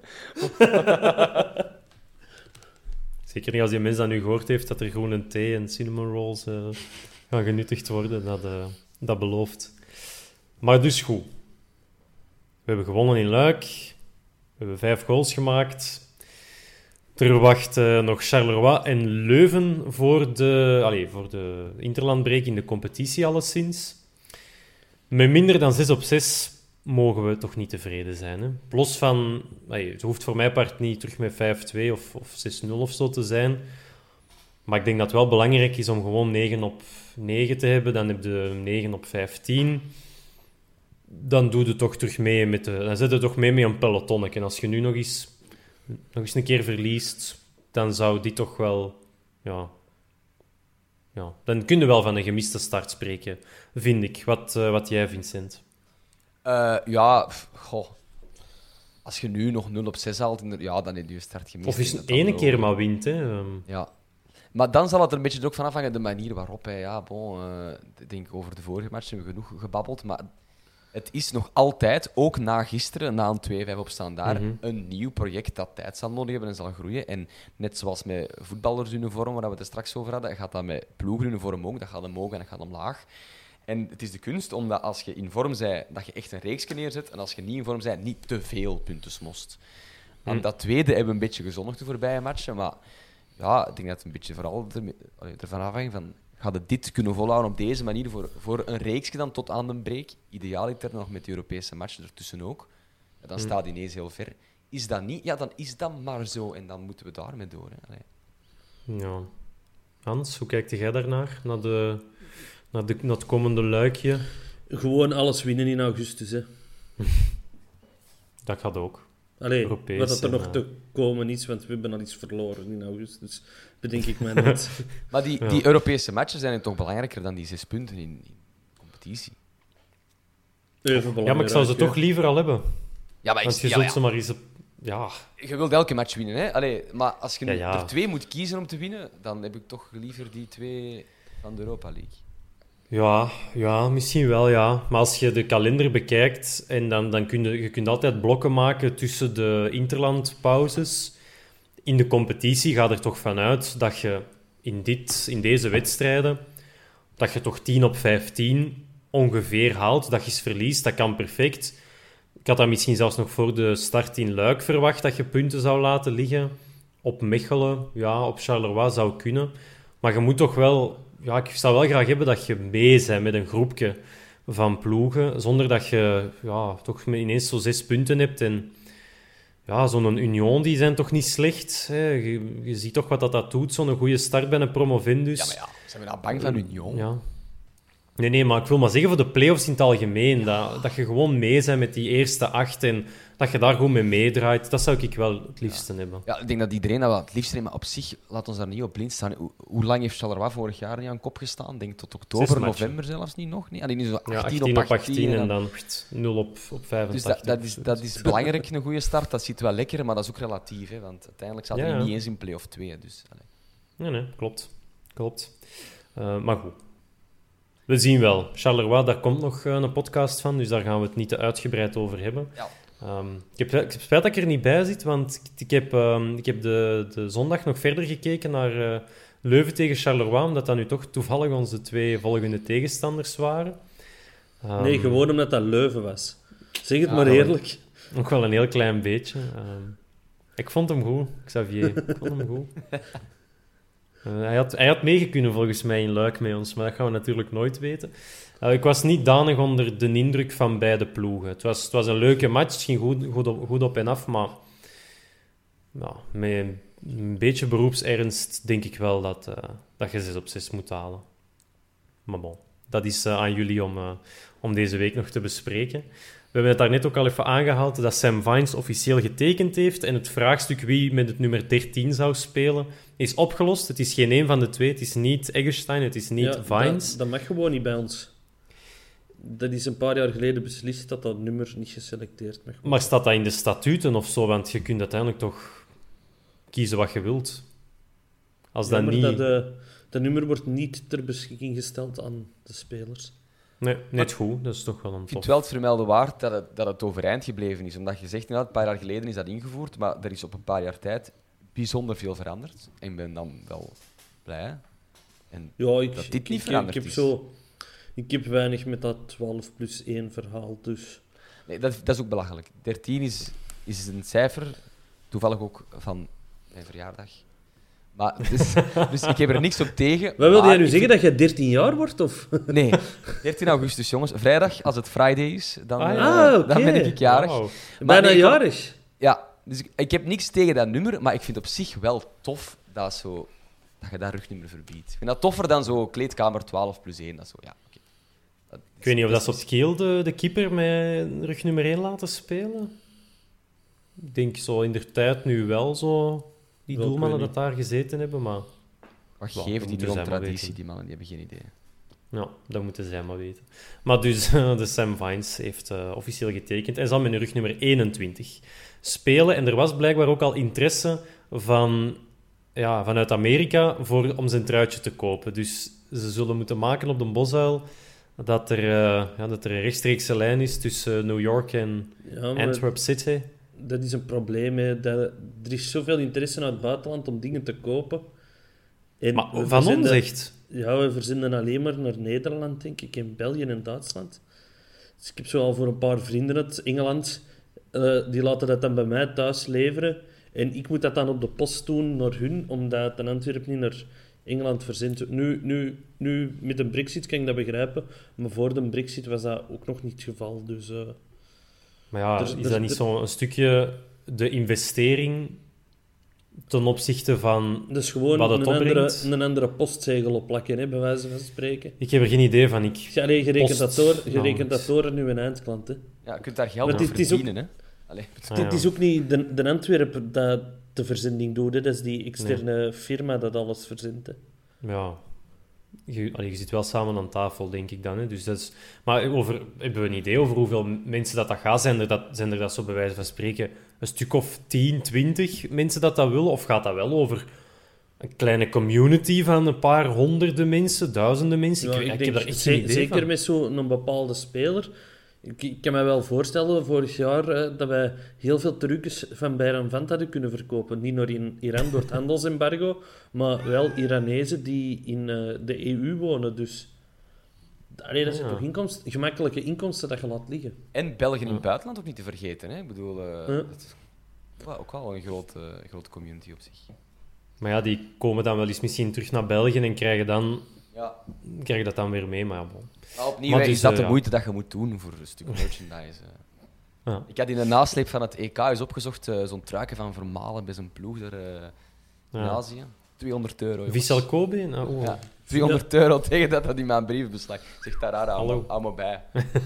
Zeker niet als die mens dat nu gehoord heeft dat er groene thee en cinnamon rolls eh, gaan genuttigd worden. Dat, eh, dat belooft. Maar dus goed. We hebben gewonnen in Luik. We hebben vijf goals gemaakt. Er wacht eh, nog Charleroi en Leuven voor de, allez, voor de interlandbreek in de competitie alleszins. Met minder dan zes op zes mogen we toch niet tevreden zijn. Hè? Los van... Allee, het hoeft voor mij part niet terug met vijf twee of, of zes nul of zo te zijn. Maar ik denk dat het wel belangrijk is om gewoon negen op negen te hebben. Dan heb je negen op vijftien. Dan doe je toch terug mee met de... Dan zet je toch mee met een pelotonnetje. En als je nu nog eens, nog eens een keer verliest, dan zou die toch wel... Ja... Ja, dan kun je wel van een gemiste start spreken, vind ik. Wat, uh, wat jij, Vincent? Uh, ja, pff, goh. Als je nu nog nul op zes haalt, ja, dan heb je start gemist. Of is het ene keer maar wint, hè? Um... Ja. Maar dan zal het er een beetje ook van afhangen, de manier waarop hij... Ja, bon, uh, ik denk over de vorige match hebben we genoeg gebabbeld, maar het is nog altijd, ook na gisteren, na een twee vijf op Standaard, mm-hmm. een nieuw project dat tijd zal nodig hebben en zal groeien. En net zoals met voetballersuniform, waar we het er straks over hadden, gaat dat met ploegenuniform ook, dat gaat omhoog en dat gaat omlaag. En het is de kunst, omdat als je in vorm bent, dat je echt een reeksje neerzet, en als je niet in vorm bent, niet te veel punten smost. Mm. Aan dat tweede hebben we een beetje gezondigd de voorbije matchen, maar ja, ik denk dat het een beetje vooral er, ervan afhangt van, ga je dit kunnen volhouden op deze manier voor, voor een reeksje dan tot aan de break, idealiter nog met de Europese matchen ertussen ook, ja, dan mm. staat hij ineens heel ver. Is dat niet? Ja, dan is dat maar zo, en dan moeten we daarmee door. Hè. Ja. Hans, hoe kijkt jij daarnaar? Naar de... Naar, de, naar het komende luikje. Gewoon alles winnen in augustus, hè. Dat gaat ook. Allee, Europees wat dat er en, nog te komen is, want we hebben al iets verloren in augustus. Bedenk ik mij net. Maar die, ja. die Europese matchen zijn toch belangrijker dan die zes punten in, in competitie? Even belangrijk. Ja, maar ik zou ze toch liever al hebben. Ja, maar want je ja, zult ja. ze maar eens... Op, ja. Je wilt elke match winnen, hè? Allee, maar als je ja, ja. er twee moet kiezen om te winnen, dan heb ik toch liever die twee van de Europa League. Ja, ja, misschien wel, ja. Maar als je de kalender bekijkt, en dan, dan kun je, je kunt altijd blokken maken tussen de interlandpauzes. In de competitie gaat er toch vanuit dat je in, dit, in deze wedstrijden, dat je toch tien op vijftien ongeveer haalt. Dat je eens verliest, dat kan perfect. Ik had dat misschien zelfs nog voor de start in Luik verwacht, dat je punten zou laten liggen. Op Mechelen, ja, op Charleroi zou kunnen. Maar je moet toch wel... Ja, ik zou wel graag hebben dat je mee bent met een groepje van ploegen, zonder dat je ja, toch ineens zo zes punten hebt. En ja, zo'n Union, die zijn toch niet slecht. Hè. Je, je ziet toch wat dat, dat doet, zo'n goede start bij een promovendus. Ja, maar ja, zijn we nou bang van Union? Ja. Nee, nee, maar ik wil maar zeggen voor de play-offs in het algemeen, dat, dat je gewoon mee bent met die eerste acht en dat je daar gewoon mee meedraait. Dat zou ik wel het liefste ja. hebben. Ja, ik denk dat iedereen dat wel het liefste heeft, maar op zich, laat ons daar niet op blind staan. Hoe, hoe lang heeft Charleroi vorig jaar niet aan kop gestaan? Ik denk tot oktober, november zelfs niet nog. Nee, alleen nu zo achttien, ja, achttien op achttien, achttien en dan nul op, op vijfentachtig. Dus dat, dat, is, dat is belangrijk, een goede start. Dat zit wel lekker, maar dat is ook relatief. Hè, want uiteindelijk zaten we ja, ja. niet eens in play-off twee. Dus, nee, nee, klopt. klopt. Uh, maar goed. We zien wel. Charleroi, daar komt nog een podcast van, dus daar gaan we het niet te uitgebreid over hebben. Ja. Um, ik, heb, ik heb spijt dat ik er niet bij zit, want ik, ik heb, um, ik heb de, de zondag nog verder gekeken naar uh, Leuven tegen Charleroi, omdat dat nu toch toevallig onze twee volgende tegenstanders waren. Um, nee, gewoon omdat dat Leuven was. Zeg het ah, maar eerlijk. Nog wel een heel klein beetje. Um, ik vond hem goed, Xavier. Ik vond hem goed. Uh, hij, had, hij had meegekunnen volgens mij in Luik met ons, maar dat gaan we natuurlijk nooit weten. Uh, ik was niet danig onder de indruk van beide ploegen. Het was, het was een leuke match, het ging goed, goed, op, goed op en af, maar nou, met een beetje beroepsernst denk ik wel dat, uh, dat je zes op zes moet halen. Maar bon, dat is uh, aan jullie om, uh, om deze week nog te bespreken. We hebben het daarnet ook al even aangehaald dat Sam Vines officieel getekend heeft en het vraagstuk wie met het nummer dertien zou spelen is opgelost. Het is geen een van de twee. Het is niet Eggestein, het is niet ja, Vines. Dat, dat mag gewoon niet bij ons. Dat is een paar jaar geleden beslist dat dat nummer niet geselecteerd mag worden. Maar staat dat in de statuten of zo? Want je kunt uiteindelijk toch kiezen wat je wilt. Als ja, dat maar niet... dat, uh, dat nummer wordt niet ter beschikking gesteld aan de spelers. Nee, net maar, goed. Dat is toch wel een Ik top. vind wel het vermelden waard dat het, dat het overeind gebleven is. Omdat je zegt, nou, een paar jaar geleden is dat ingevoerd, maar er is op een paar jaar tijd bijzonder veel veranderd. En ik ben dan wel blij. En ja, ik, dat dit ik, niet ik, veranderd ik heb is. Zo, ik heb weinig met dat twaalf plus één verhaal, dus... Nee, dat, dat is ook belachelijk. dertien is, is een cijfer, toevallig ook van mijn verjaardag. Maar, dus, dus ik heb er niks op tegen. Wat wilde jij nu ik zeggen, vind... dat je dertien jaar wordt? Of? Nee, dertien augustus, jongens. Vrijdag, als het Friday is, dan, ah, uh, ja, okay. dan ben ik jarig. Wow. Bijna nee, jarig. Ja, dus ik, ik heb niks tegen dat nummer, maar ik vind het op zich wel tof dat, zo, dat je dat rugnummer verbiedt. Ik vind dat toffer dan zo kleedkamer twaalf plus één. Dat zo, ja, okay. dat is, ik weet niet of dat ze op Kiel de, de keeper met rugnummer één laten spelen. Ik denk zo in de tijd nu wel zo... Die wel, doelmannen dat daar gezeten hebben, maar... Wat geeft die rond traditie, die mannen? Die hebben geen idee. Ja, dat moeten zij maar weten. Maar dus, de Sam Vines heeft uh, officieel getekend en zal met een rugnummer eenentwintig spelen. En er was blijkbaar ook al interesse van ja, vanuit Amerika voor, om zijn truitje te kopen. Dus ze zullen moeten maken op de Bosuil dat er, uh, ja, dat er een rechtstreekse lijn is tussen New York en ja, Antwerp City. Dat is een probleem. Hè. Dat, er is zoveel interesse uit het buitenland om dingen te kopen. En maar van ons echt? Ja, we verzenden alleen maar naar Nederland, denk ik, en België en Duitsland. Dus ik heb zo al voor een paar vrienden uit Engeland, uh, die laten dat dan bij mij thuis leveren. En ik moet dat dan op de post doen naar hun, omdat het in Antwerpen niet naar Engeland verzendt. Nu, nu, nu, met een brexit kan ik dat begrijpen, maar voor de brexit was dat ook nog niet het geval. Dus, uh, maar ja, er, is er, dat niet zo'n stukje de investering ten opzichte van dus gewoon wat het een opbrengt? Andere, een andere postzegel opplakken, hè, bij wijze van spreken. Ik heb er geen idee van. Ik ja, nee, je rekent, dat door, je rekent dat door aan uw eindklant. Hè. Ja, je kunt daar geld aan verdienen, hè. Allee. Ah, ja. Het is ook niet de, de Antwerpen dat de verzending doet, hè. Dat is die externe nee. firma dat alles verzendt. Hè. Ja, je, allee, je zit wel samen aan tafel, denk ik dan. Hè. Dus dat is, maar over, hebben we een idee over hoeveel mensen dat, dat gaat? Zijn er dat, zijn er dat zo bij wijze van spreken een stuk of tien, twintig mensen dat dat willen? Of gaat dat wel over een kleine community van een paar honderden mensen, duizenden mensen? Ja, ik, ik, ik denk, heb daar echt ze, geen idee zeker van. met zo'n bepaalde speler. Ik, ik kan me wel voorstellen, vorig jaar, eh, dat wij heel veel trucjes van Bayram Vant hadden kunnen verkopen. Niet naar in Iran door het handelsembargo, maar wel Iranezen die in uh, de E U wonen. Dus allee, dat zijn ja. toch inkomsten, gemakkelijke inkomsten dat je laat liggen. En België in het buitenland ook niet te vergeten. Hè? Ik bedoel, uh, ja. dat is ook wel een grote, uh, grote community op zich. Maar ja, die komen dan wel eens misschien terug naar België en krijgen, dan, ja. krijgen dat dan weer mee. Maar ja, bon. Maar opnieuw maar dus, is dat uh, de moeite ja. dat je moet doen voor een stuk merchandise. Ja. Ik had in de nasleep van het E K eens opgezocht, uh, zo'n truiken van Vermalen bij zijn ploeg daar, uh, in ja. Azië. tweehonderd euro. Vissel Kobe? Nou, oh. ja, tweehonderd euro tegen dat dat in mijn brievenbeslag. Zegt daar raar aan, aan me bij.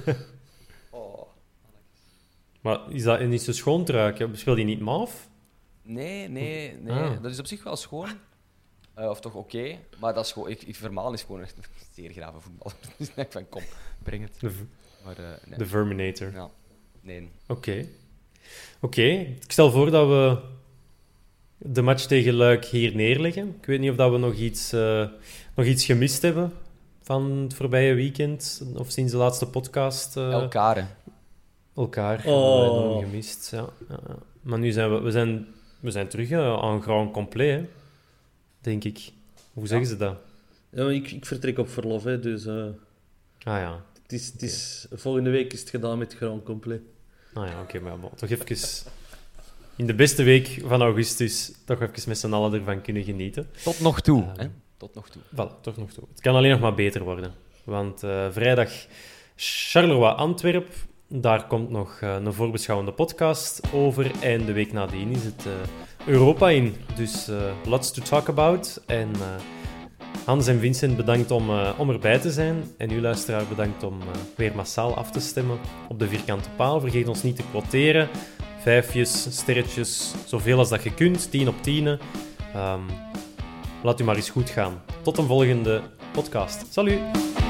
Oh. Maar is dat niet zo schoon truiken? Speel die niet maaf? Nee, nee, nee. Ah. Dat is op zich wel schoon. Uh, of toch oké, okay. Maar dat is gewoon, ik, ik Vermalen is gewoon echt een zeer grave voetballer. Dus ik van, kom, breng het. De, maar, uh, nee. de Verminator. Ja, nee. Oké. Okay. Oké, okay. Ik stel voor dat we de match tegen Luik hier neerleggen. Ik weet niet of dat we nog iets, uh, nog iets gemist hebben van het voorbije weekend, of sinds de laatste podcast. Uh, Elkaar. Elkaar oh. hebben we gemist, ja. ja. Maar nu zijn we, we, zijn, we zijn terug uh, aan grand complet, hè. Denk ik. Hoe zeggen ja. ze dat? Ja, ik, ik vertrek op verlof, hè, dus... Uh, ah ja. Het is, het is, okay. Volgende week is het gedaan met Grand Complet. Ah ja, oké, okay, maar bon, toch even... In de beste week van augustus toch even met z'n allen ervan kunnen genieten. Tot nog toe, uh, hè? Tot nog toe. Voilà, tot nog toe. Het kan alleen nog maar beter worden. Want uh, vrijdag Charleroi-Antwerp, daar komt nog uh, een voorbeschouwende podcast over. En de week nadien is het... Uh, Europa in. Dus uh, lots to talk about. En uh, Hans en Vincent, bedankt om, uh, om erbij te zijn. En u, luisteraar, bedankt om uh, weer massaal af te stemmen op de vierkante paal. Vergeet ons niet te quoteren. Vijfjes, sterretjes, zoveel als dat je kunt. Tien op tienen. Um, laat u maar eens goed gaan. Tot een volgende podcast. Salut!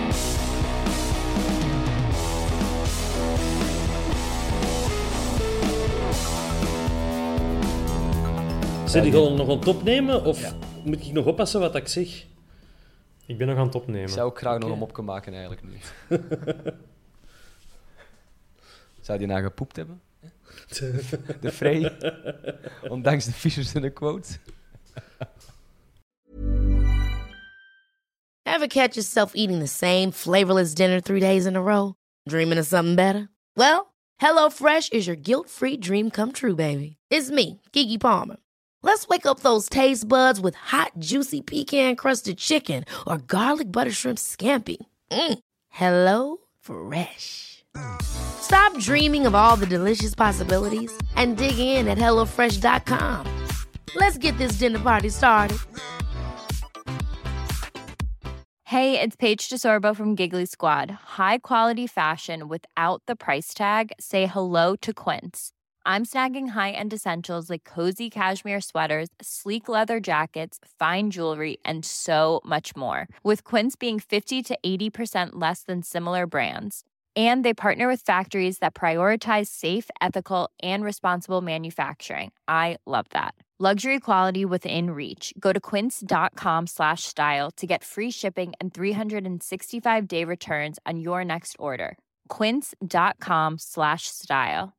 Zijn die gewoon nog aan het opnemen? Of ja. moet ik nog oppassen wat ik zeg? Ik ben nog aan het opnemen. Ik zou ook graag okay. nog een mopje maken eigenlijk nu. Zou die nou gepoept hebben? De Frey? Ondanks de Fishers en de quote. Ever catch yourself eating the same flavorless dinner three days in a row? Dreaming of something better? Well, HelloFresh is your guilt-free dream come true, baby. It's me, Keke Palmer. Let's wake up those taste buds with hot, juicy pecan-crusted chicken or garlic butter shrimp scampi. Mm. Hello Fresh. Stop dreaming of all the delicious possibilities and dig in at hello fresh dot com. Let's get this dinner party started. Hey, it's Paige DeSorbo from Giggly Squad. High quality fashion without the price tag. Say hello to Quince. I'm snagging high-end essentials like cozy cashmere sweaters, sleek leather jackets, fine jewelry, and so much more. With Quince being fifty to eighty percent less than similar brands. And they partner with factories that prioritize safe, ethical, and responsible manufacturing. I love that. Luxury quality within reach. Go to quince.com slash style to get free shipping and three sixty-five day returns on your next order. Quince.com slash style.